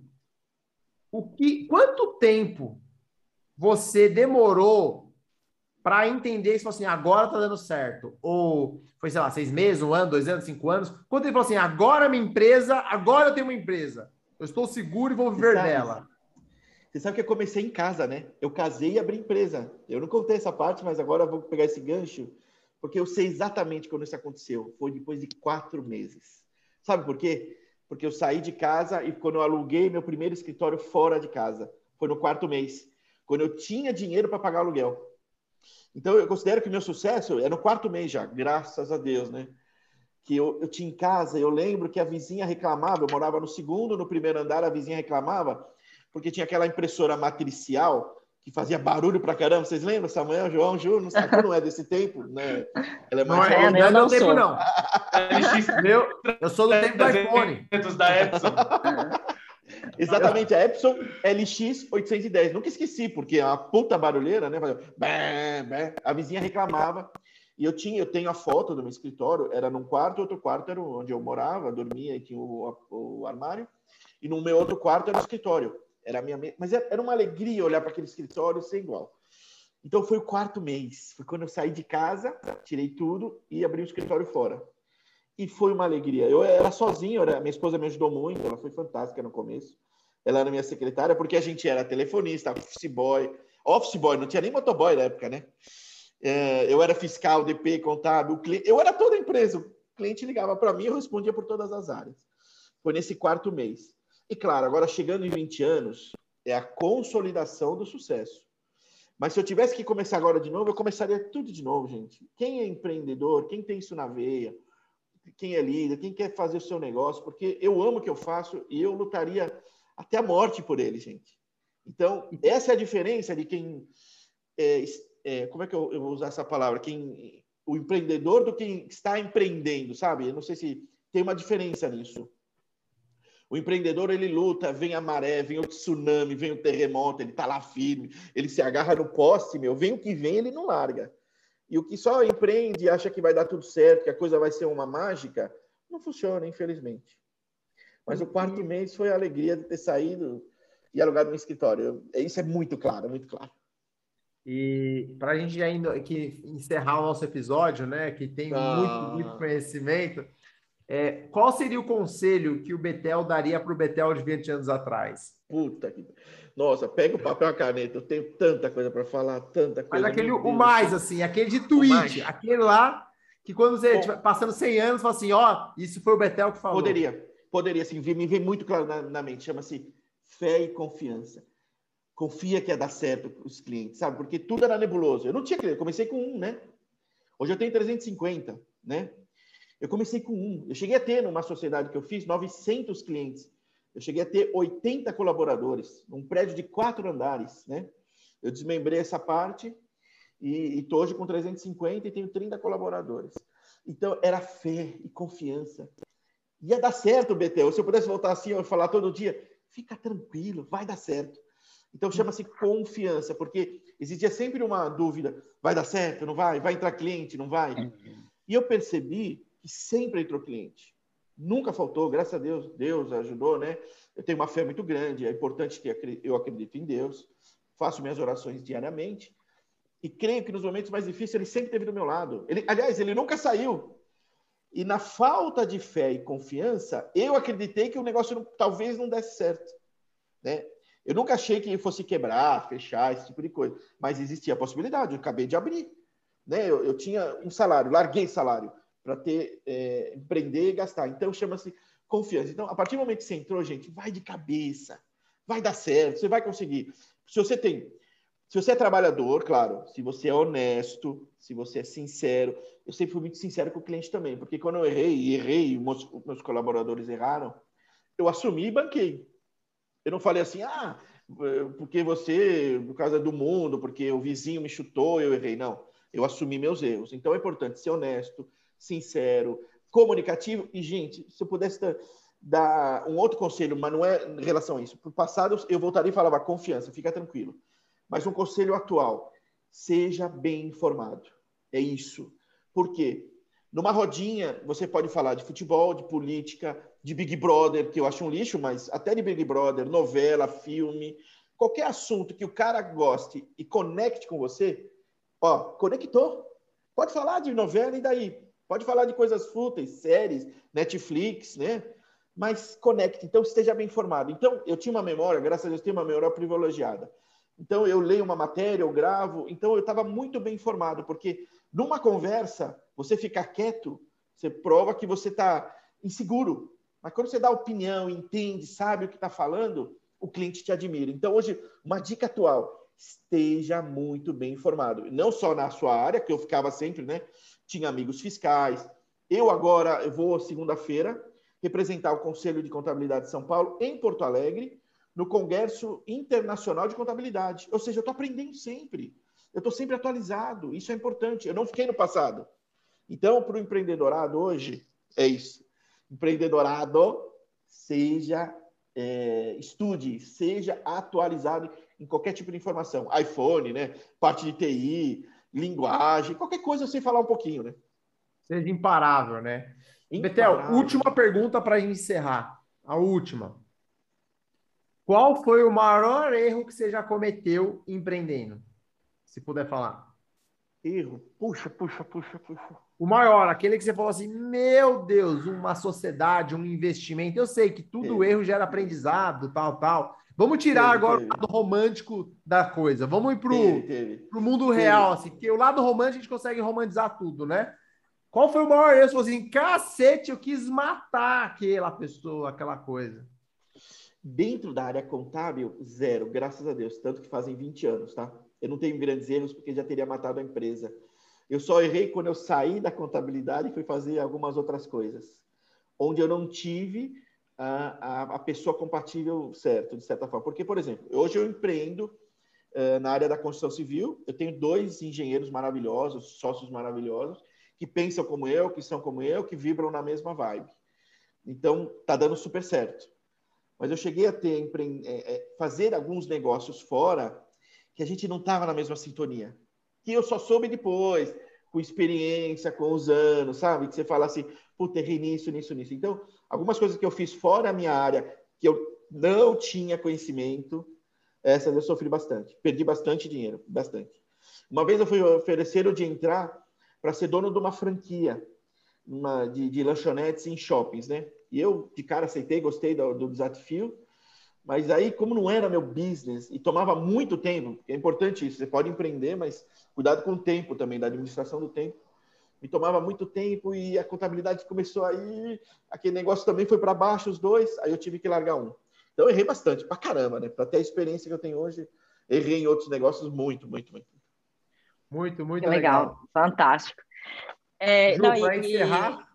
o que, quanto tempo você demorou para entender se assim, agora tá dando certo? Ou foi, sei lá, seis meses, um ano, dois anos, cinco anos? Quando ele falou assim, agora minha empresa, agora eu tenho uma empresa, eu estou seguro e vou viver Você sabe, dela. Você sabe que eu comecei em casa, né? Eu casei e abri empresa. Eu não contei essa parte, mas agora eu vou pegar esse gancho, porque eu sei exatamente quando isso aconteceu. Foi depois de quatro meses. Sabe por quê? Porque eu saí de casa e quando eu aluguei meu primeiro escritório fora de casa, foi no quarto mês, quando eu tinha dinheiro para pagar aluguel. Então, eu considero que meu sucesso é no quarto mês já, graças a Deus, né? Que eu, eu tinha em casa, eu lembro que a vizinha reclamava, eu morava no segundo, no primeiro andar, a vizinha reclamava, porque tinha aquela impressora matricial que fazia barulho pra caramba. Vocês lembram, Samuel, João, Ju? Não, a Ju não é desse tempo, né? Ela é mais Não é, nova. não é eu meu não tempo, sou. não. Meu, eu sou do tempo do iPhone. Da Epson. Exatamente, a Epson L X oitocentos e dez. Nunca esqueci, porque é uma puta barulheira, né? Bé, bé. A vizinha reclamava. E eu tinha, eu tenho a foto do meu escritório, era num quarto, outro quarto era onde eu morava, dormia e tinha o, o armário. E no meu outro quarto era o escritório. Era a minha, mas era uma alegria olhar para aquele escritório ser igual. Então foi o quarto mês. Foi quando eu saí de casa, tirei tudo e abri o escritório fora. E foi uma alegria. Eu era sozinho, era, minha esposa me ajudou muito, ela foi fantástica no começo. Ela era minha secretária, porque a gente era telefonista, office boy. Office boy, não tinha nem motoboy na época, né? É, eu era fiscal, D P, contábil, cliente, eu era toda a empresa. O cliente ligava para mim, eu respondia por todas as áreas. Foi nesse quarto mês. E claro, agora chegando em vinte anos, é a consolidação do sucesso. Mas se eu tivesse que começar agora de novo, eu começaria tudo de novo, gente. Quem é empreendedor, quem tem isso na veia, quem é líder, quem quer fazer o seu negócio, porque eu amo o que eu faço e eu lutaria até a morte por ele, gente. Então, essa é a diferença de quem... É, é, como é que eu, eu vou usar essa palavra? Quem, o empreendedor do quem está empreendendo, sabe? Eu não sei se tem uma diferença nisso. O empreendedor, ele luta, vem a maré, vem o tsunami, vem o terremoto, ele está lá firme, ele se agarra no poste, meu, vem o que vem, ele não larga. E o que só empreende e acha que vai dar tudo certo, que a coisa vai ser uma mágica, não funciona, infelizmente. Mas o quarto mês foi a alegria de ter saído e alugado um escritório. Isso é muito claro, muito claro. E para a gente ainda aqui encerrar o nosso episódio, né, que tem muito, Ah. muito conhecimento, é, qual seria o conselho que o Bethel daria para o Bethel de vinte anos atrás? Puta que... Nossa, pega o papel e a caneta, eu tenho tanta coisa para falar, tanta coisa. Mas aquele, meu o Deus. mais, assim, aquele de tweet, aquele lá que quando você estiver passando cem anos, fala assim, ó, isso foi o Bethel que falou. Poderia, poderia, assim, me vem muito claro na, na mente, chama-se fé e confiança. Confia que ia dar certo para os clientes, sabe? Porque tudo era nebuloso. Eu não tinha cliente, eu comecei com um, né? Hoje eu tenho trezentos e cinquenta, né? Eu comecei com um. Eu cheguei a ter, numa sociedade que eu fiz, novecentos clientes. Eu cheguei a ter oitenta colaboradores, num prédio de quatro andares, né? Eu desmembrei essa parte e estou hoje com trezentos e cinquenta e tenho trinta colaboradores. Então, era fé e confiança. Ia dar certo, Bethel. Se eu pudesse voltar assim e falar todo dia, fica tranquilo, vai dar certo. Então, chama-se confiança, porque existia sempre uma dúvida, vai dar certo, não vai? Vai entrar cliente, não vai? E eu percebi que sempre entrou cliente. Nunca faltou, graças a Deus, Deus ajudou, né? Eu tenho uma fé muito grande, é importante que eu acredito em Deus, faço minhas orações diariamente e creio que nos momentos mais difíceis ele sempre esteve do meu lado. Ele, aliás, ele nunca saiu. E na falta de fé e confiança, eu acreditei que o negócio não, talvez não desse certo, né? Eu nunca achei que fosse quebrar, fechar, esse tipo de coisa, mas existia a possibilidade, eu acabei de abrir, né? Eu, eu tinha um salário, larguei salário para ter, é, empreender e gastar. Então, chama-se confiança. Então, a partir do momento que você entrou, gente, vai de cabeça, vai dar certo, você vai conseguir. Se você tem, se você é trabalhador, claro, se você é honesto, se você é sincero, eu sempre fui muito sincero com o cliente também, porque quando eu errei, e errei, e meus, meus colaboradores erraram, eu assumi e banquei. Eu não falei assim, ah, porque você, por causa do mundo, porque o vizinho me chutou, eu errei. Não, eu assumi meus erros. Então, é importante ser honesto, sincero, comunicativo. E, gente, se eu pudesse dar, dar um outro conselho, mas não é em relação a isso. Para o passado, eu voltaria e falava confiança, fica tranquilo. Mas um conselho atual, seja bem informado. É isso. Por quê? Numa rodinha, você pode falar de futebol, de política, de Big Brother, que eu acho um lixo, mas até de Big Brother, novela, filme, qualquer assunto que o cara goste e conecte com você, ó, conectou. Pode falar de novela e daí? Pode falar de coisas fúteis, séries, Netflix, né? Mas conecte, então esteja bem informado. Então, eu tinha uma memória, graças a Deus, tenho uma memória privilegiada. Então, eu leio uma matéria, eu gravo, então eu estava muito bem informado, porque numa conversa, você ficar quieto, você prova que você está inseguro. Mas quando você dá opinião, entende, sabe o que está falando, o cliente te admira. Então, hoje, uma dica atual, esteja muito bem informado. Não só na sua área, que eu ficava sempre, né? Tinha amigos fiscais. Eu agora, eu vou segunda-feira representar o Conselho de Contabilidade de São Paulo em Porto Alegre, no Congresso Internacional de Contabilidade. Ou seja, eu estou aprendendo sempre. Eu estou sempre atualizado. Isso é importante. Eu não fiquei no passado. Então, para o empreendedorado hoje, é isso. Empreendedorado, seja, é, estude, seja atualizado em qualquer tipo de informação. iPhone, né? Parte de T I, linguagem, qualquer coisa eu sei falar um pouquinho, né? Seja imparável, né? Imparável. Bethel, última pergunta para encerrar. A última. Qual foi o maior erro que você já cometeu empreendendo? Se puder falar. Erro. Puxa, puxa, puxa, puxa. O maior, aquele que você falou assim, meu Deus, uma sociedade, um investimento. Eu sei que tudo É. erro gera aprendizado, tal, tal. Vamos tirar Teve, agora teve. o lado romântico da coisa. Vamos ir Teve, pro, teve. pro mundo Teve. real, assim, porque o lado romântico a gente consegue romantizar tudo, né? Qual foi o maior erro? Você falou assim, cacete, eu quis matar aquela pessoa, aquela coisa. Dentro da área contábil, zero, graças a Deus. Tanto que fazem vinte anos, tá? Eu não tenho grandes erros porque já teria matado a empresa. Eu só errei quando eu saí da contabilidade e fui fazer algumas outras coisas, onde eu não tive a, a, a pessoa compatível certo, de certa forma. Porque, por exemplo, hoje eu empreendo uh, na área da construção civil, eu tenho dois engenheiros maravilhosos, sócios maravilhosos, que pensam como eu, que são como eu, que vibram na mesma vibe. Então, tá dando super certo. Mas eu cheguei a ter, empre... é, fazer alguns negócios fora que a gente não estava na mesma sintonia. Que eu só soube depois, com experiência, com os anos, sabe? Que você fala assim, puta, errei nisso, nisso, nisso. Então, Algumas coisas que eu fiz fora a minha área, que eu não tinha conhecimento, essas eu sofri bastante. Perdi bastante dinheiro, bastante. Uma vez eu fui oferecer de entrar para ser dono de uma franquia uma, de, de lanchonetes em shoppings, né? E eu, de cara, aceitei, gostei do, do desafio, mas aí, como não era meu business e tomava muito tempo, é importante isso, você pode empreender, mas cuidado com o tempo também, da administração do tempo. Me tomava muito tempo e a contabilidade começou a ir, aquele negócio também foi para baixo, os dois, aí eu tive que largar um. Então, eu errei bastante, pra caramba, né? Para ter a experiência que eu tenho hoje, errei em outros negócios muito, muito, muito. Muito, muito Que legal. legal. Fantástico. É, Ju, não, para e, encerrar...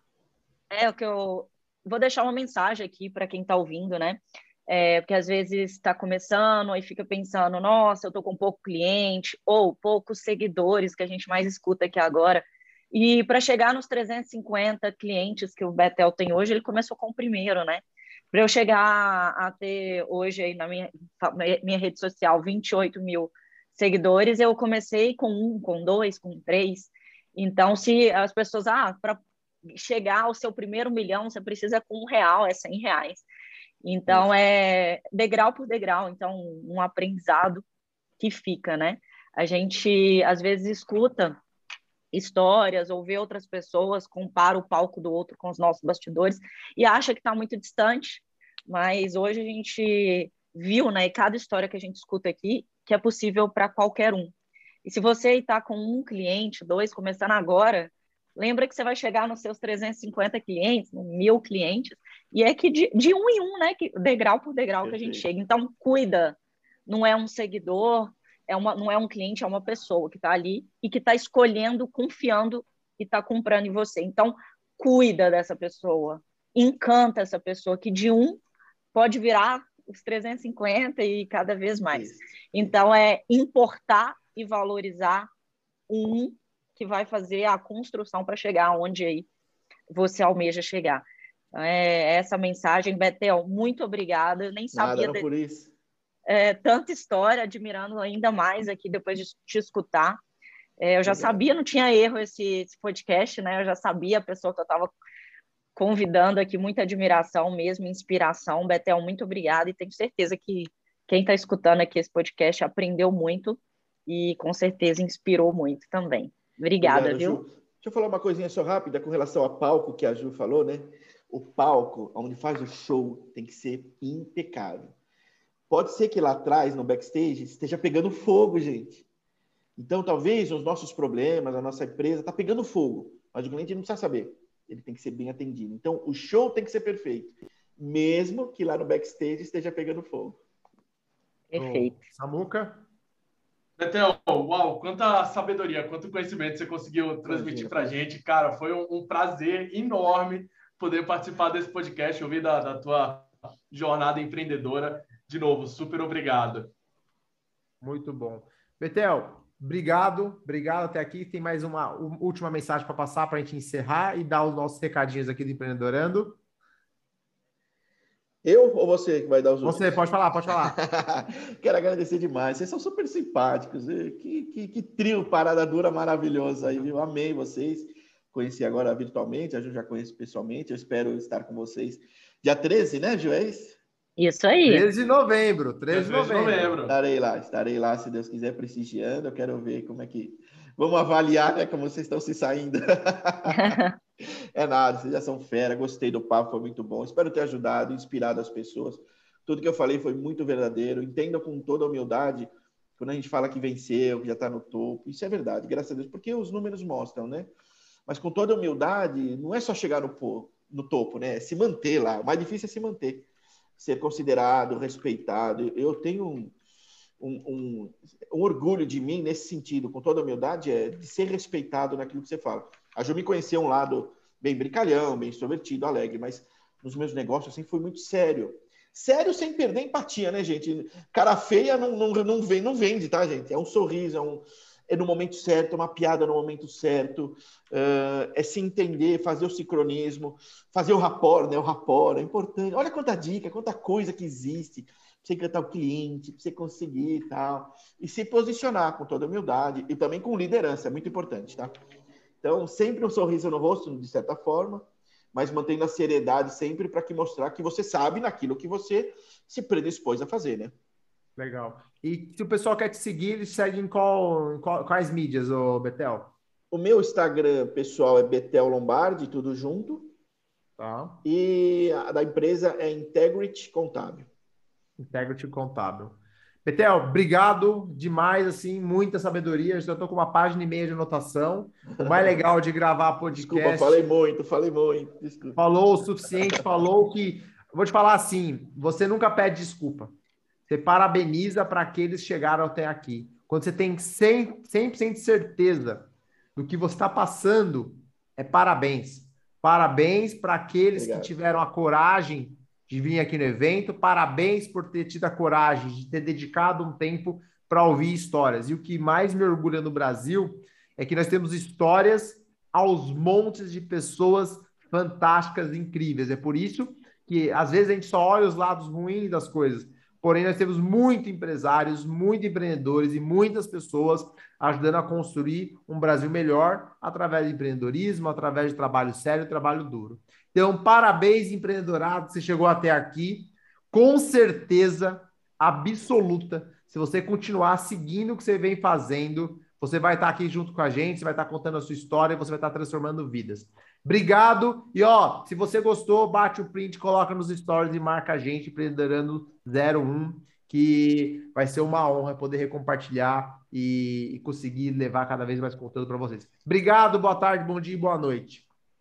É o que eu vou deixar uma mensagem aqui para quem está ouvindo, né? É, porque às vezes está começando e fica pensando, nossa, eu estou com pouco cliente ou poucos seguidores, que a gente mais escuta aqui agora. E para chegar nos trezentos e cinquenta clientes que o Betel tem hoje, ele começou com o primeiro, né? Para eu chegar a ter hoje aí na minha, minha rede social vinte e oito mil seguidores, eu comecei com um, com dois, com três. Então, se as pessoas, ah, para chegar ao seu primeiro milhão, você precisa com um real, é cem reais. Então, Isso. é degrau por degrau. Então, um aprendizado que fica, né? A gente, às vezes, escuta histórias ou vê outras pessoas, compara o palco do outro com os nossos bastidores e acha que está muito distante, mas hoje a gente viu, né, e cada história que a gente escuta aqui, que é possível para qualquer um. E se você está com um cliente, dois, começando agora, lembra que você vai chegar nos seus trezentos e cinquenta clientes, mil clientes, e é que de, de um em um, né, que, degrau por degrau Perfeito. Que a gente chega. Então, cuida, não é um seguidor, é uma, não é um cliente, é uma pessoa que está ali e que está escolhendo, confiando e está comprando em você. Então, cuida dessa pessoa, encanta essa pessoa, que de um pode virar os trezentos e cinquenta e cada vez mais. Isso. Então, é importar e valorizar um que vai fazer a construção para chegar onde aí você almeja chegar. É essa mensagem. Betel, muito obrigada. Eu nem sabia Nada, de, por isso. É, tanta história, admirando ainda mais aqui depois de te escutar. É, eu já Legal. sabia, não tinha erro esse, esse podcast, né? Eu já sabia a pessoa que eu estava convidando aqui, muita admiração mesmo, inspiração. Betel, muito obrigada e tenho certeza que quem está escutando aqui esse podcast aprendeu muito e com certeza inspirou muito também. Obrigada, Obrigado, viu? Ju. Deixa eu falar uma coisinha só rápida com relação ao palco que a Ju falou, né? O palco, onde faz o show, tem que ser impecável. Pode ser que lá atrás, no backstage, esteja pegando fogo, gente. Então, talvez os nossos problemas, a nossa empresa está pegando fogo, mas o cliente não precisa saber. Ele tem que ser bem atendido. Então, o show tem que ser perfeito, mesmo que lá no backstage esteja pegando fogo. Perfeito. Oh, Samuca? Betel, uau, quanta sabedoria, quanto conhecimento você conseguiu transmitir para a gente. Cara, foi um, um prazer enorme poder participar desse podcast, ouvir da, da tua jornada empreendedora. De novo, super obrigado. Muito bom. Betel, obrigado. Obrigado até aqui. Tem mais uma última mensagem para passar para a gente encerrar e dar os nossos recadinhos aqui do Empreendedorando. Eu ou você que vai dar os Você, últimos? pode falar, pode falar. Quero agradecer demais. Vocês são super simpáticos. Que, que, que trio parada dura maravilhoso aí, viu? Amei vocês. Conheci agora virtualmente, a Ju já conheço pessoalmente. Eu espero estar com vocês dia treze, né, Ju? É isso? Isso aí. treze de novembro. treze de novembro. Estarei lá, estarei lá, se Deus quiser, prestigiando. Eu quero ver como é que... Vamos avaliar, né, como vocês estão se saindo. É nada, vocês já são fera. Gostei do papo, foi muito bom. Espero ter ajudado, inspirado as pessoas. Tudo que eu falei foi muito verdadeiro. Entenda com toda a humildade, quando a gente fala que venceu, que já está no topo. Isso é verdade, graças a Deus, porque os números mostram, né? Mas com toda a humildade, não é só chegar no, no topo, né? É se manter lá. O mais difícil é se manter. Ser considerado, respeitado. Eu tenho um, um, um, um orgulho de mim nesse sentido, com toda a humildade, é de ser respeitado naquilo que você fala. A Ju me conheceu um lado bem brincalhão, bem extrovertido, alegre, mas nos meus negócios assim, foi muito sério. Sério sem perder empatia, né, gente? Cara feia não, não, não, vende, não vende, tá, gente? É um sorriso, é, um, é no momento certo, é uma piada no momento certo, uh, é se entender, fazer o sincronismo, fazer o rapport, né? O rapport é importante. Olha quanta dica, quanta coisa que existe pra você encantar o cliente, para você conseguir e tal. E se posicionar com toda humildade e também com liderança, é muito importante, tá? Então, sempre um sorriso no rosto, de certa forma, mas mantendo a seriedade sempre para que mostrar que você sabe naquilo que você se predispôs a fazer, né? Legal. E se o pessoal quer te seguir, eles seguem em qual, em qual- quais mídias, ô Betel? O meu Instagram pessoal é Betel Lombardi, tudo junto. Tá. E a da empresa é Integrity Contábil. Integrity Contábil. Betel, obrigado demais, assim, muita sabedoria. Eu já estou com uma página e meia de anotação. O mais legal de gravar podcast. Desculpa, falei muito, falei muito. Desculpa. Falou o suficiente, falou que. Vou te falar assim: você nunca pede desculpa. Você parabeniza para aqueles que chegaram até aqui. Quando você tem cem por cento de certeza do que você está passando, é parabéns. Parabéns para aqueles Obrigado. que tiveram a coragem de vir aqui no evento. Parabéns por ter tido a coragem de ter dedicado um tempo para ouvir histórias. E o que mais me orgulha no Brasil é que nós temos histórias aos montes de pessoas fantásticas, incríveis. É por isso que, às vezes, a gente só olha os lados ruins das coisas. Porém, nós temos muitos empresários, muitos empreendedores e muitas pessoas ajudando a construir um Brasil melhor através de empreendedorismo, através de trabalho sério e trabalho duro. Então, parabéns, empreendedorado, você chegou até aqui. Com certeza absoluta, se você continuar seguindo o que você vem fazendo, você vai estar aqui junto com a gente, você vai estar contando a sua história e você vai estar transformando vidas. Obrigado. E, ó, se você gostou, bate o print, coloca nos stories e marca a gente, Empreendedorando zero um, que vai ser uma honra poder compartilhar e, e conseguir levar cada vez mais conteúdo para vocês. Obrigado, boa tarde, bom dia e boa noite.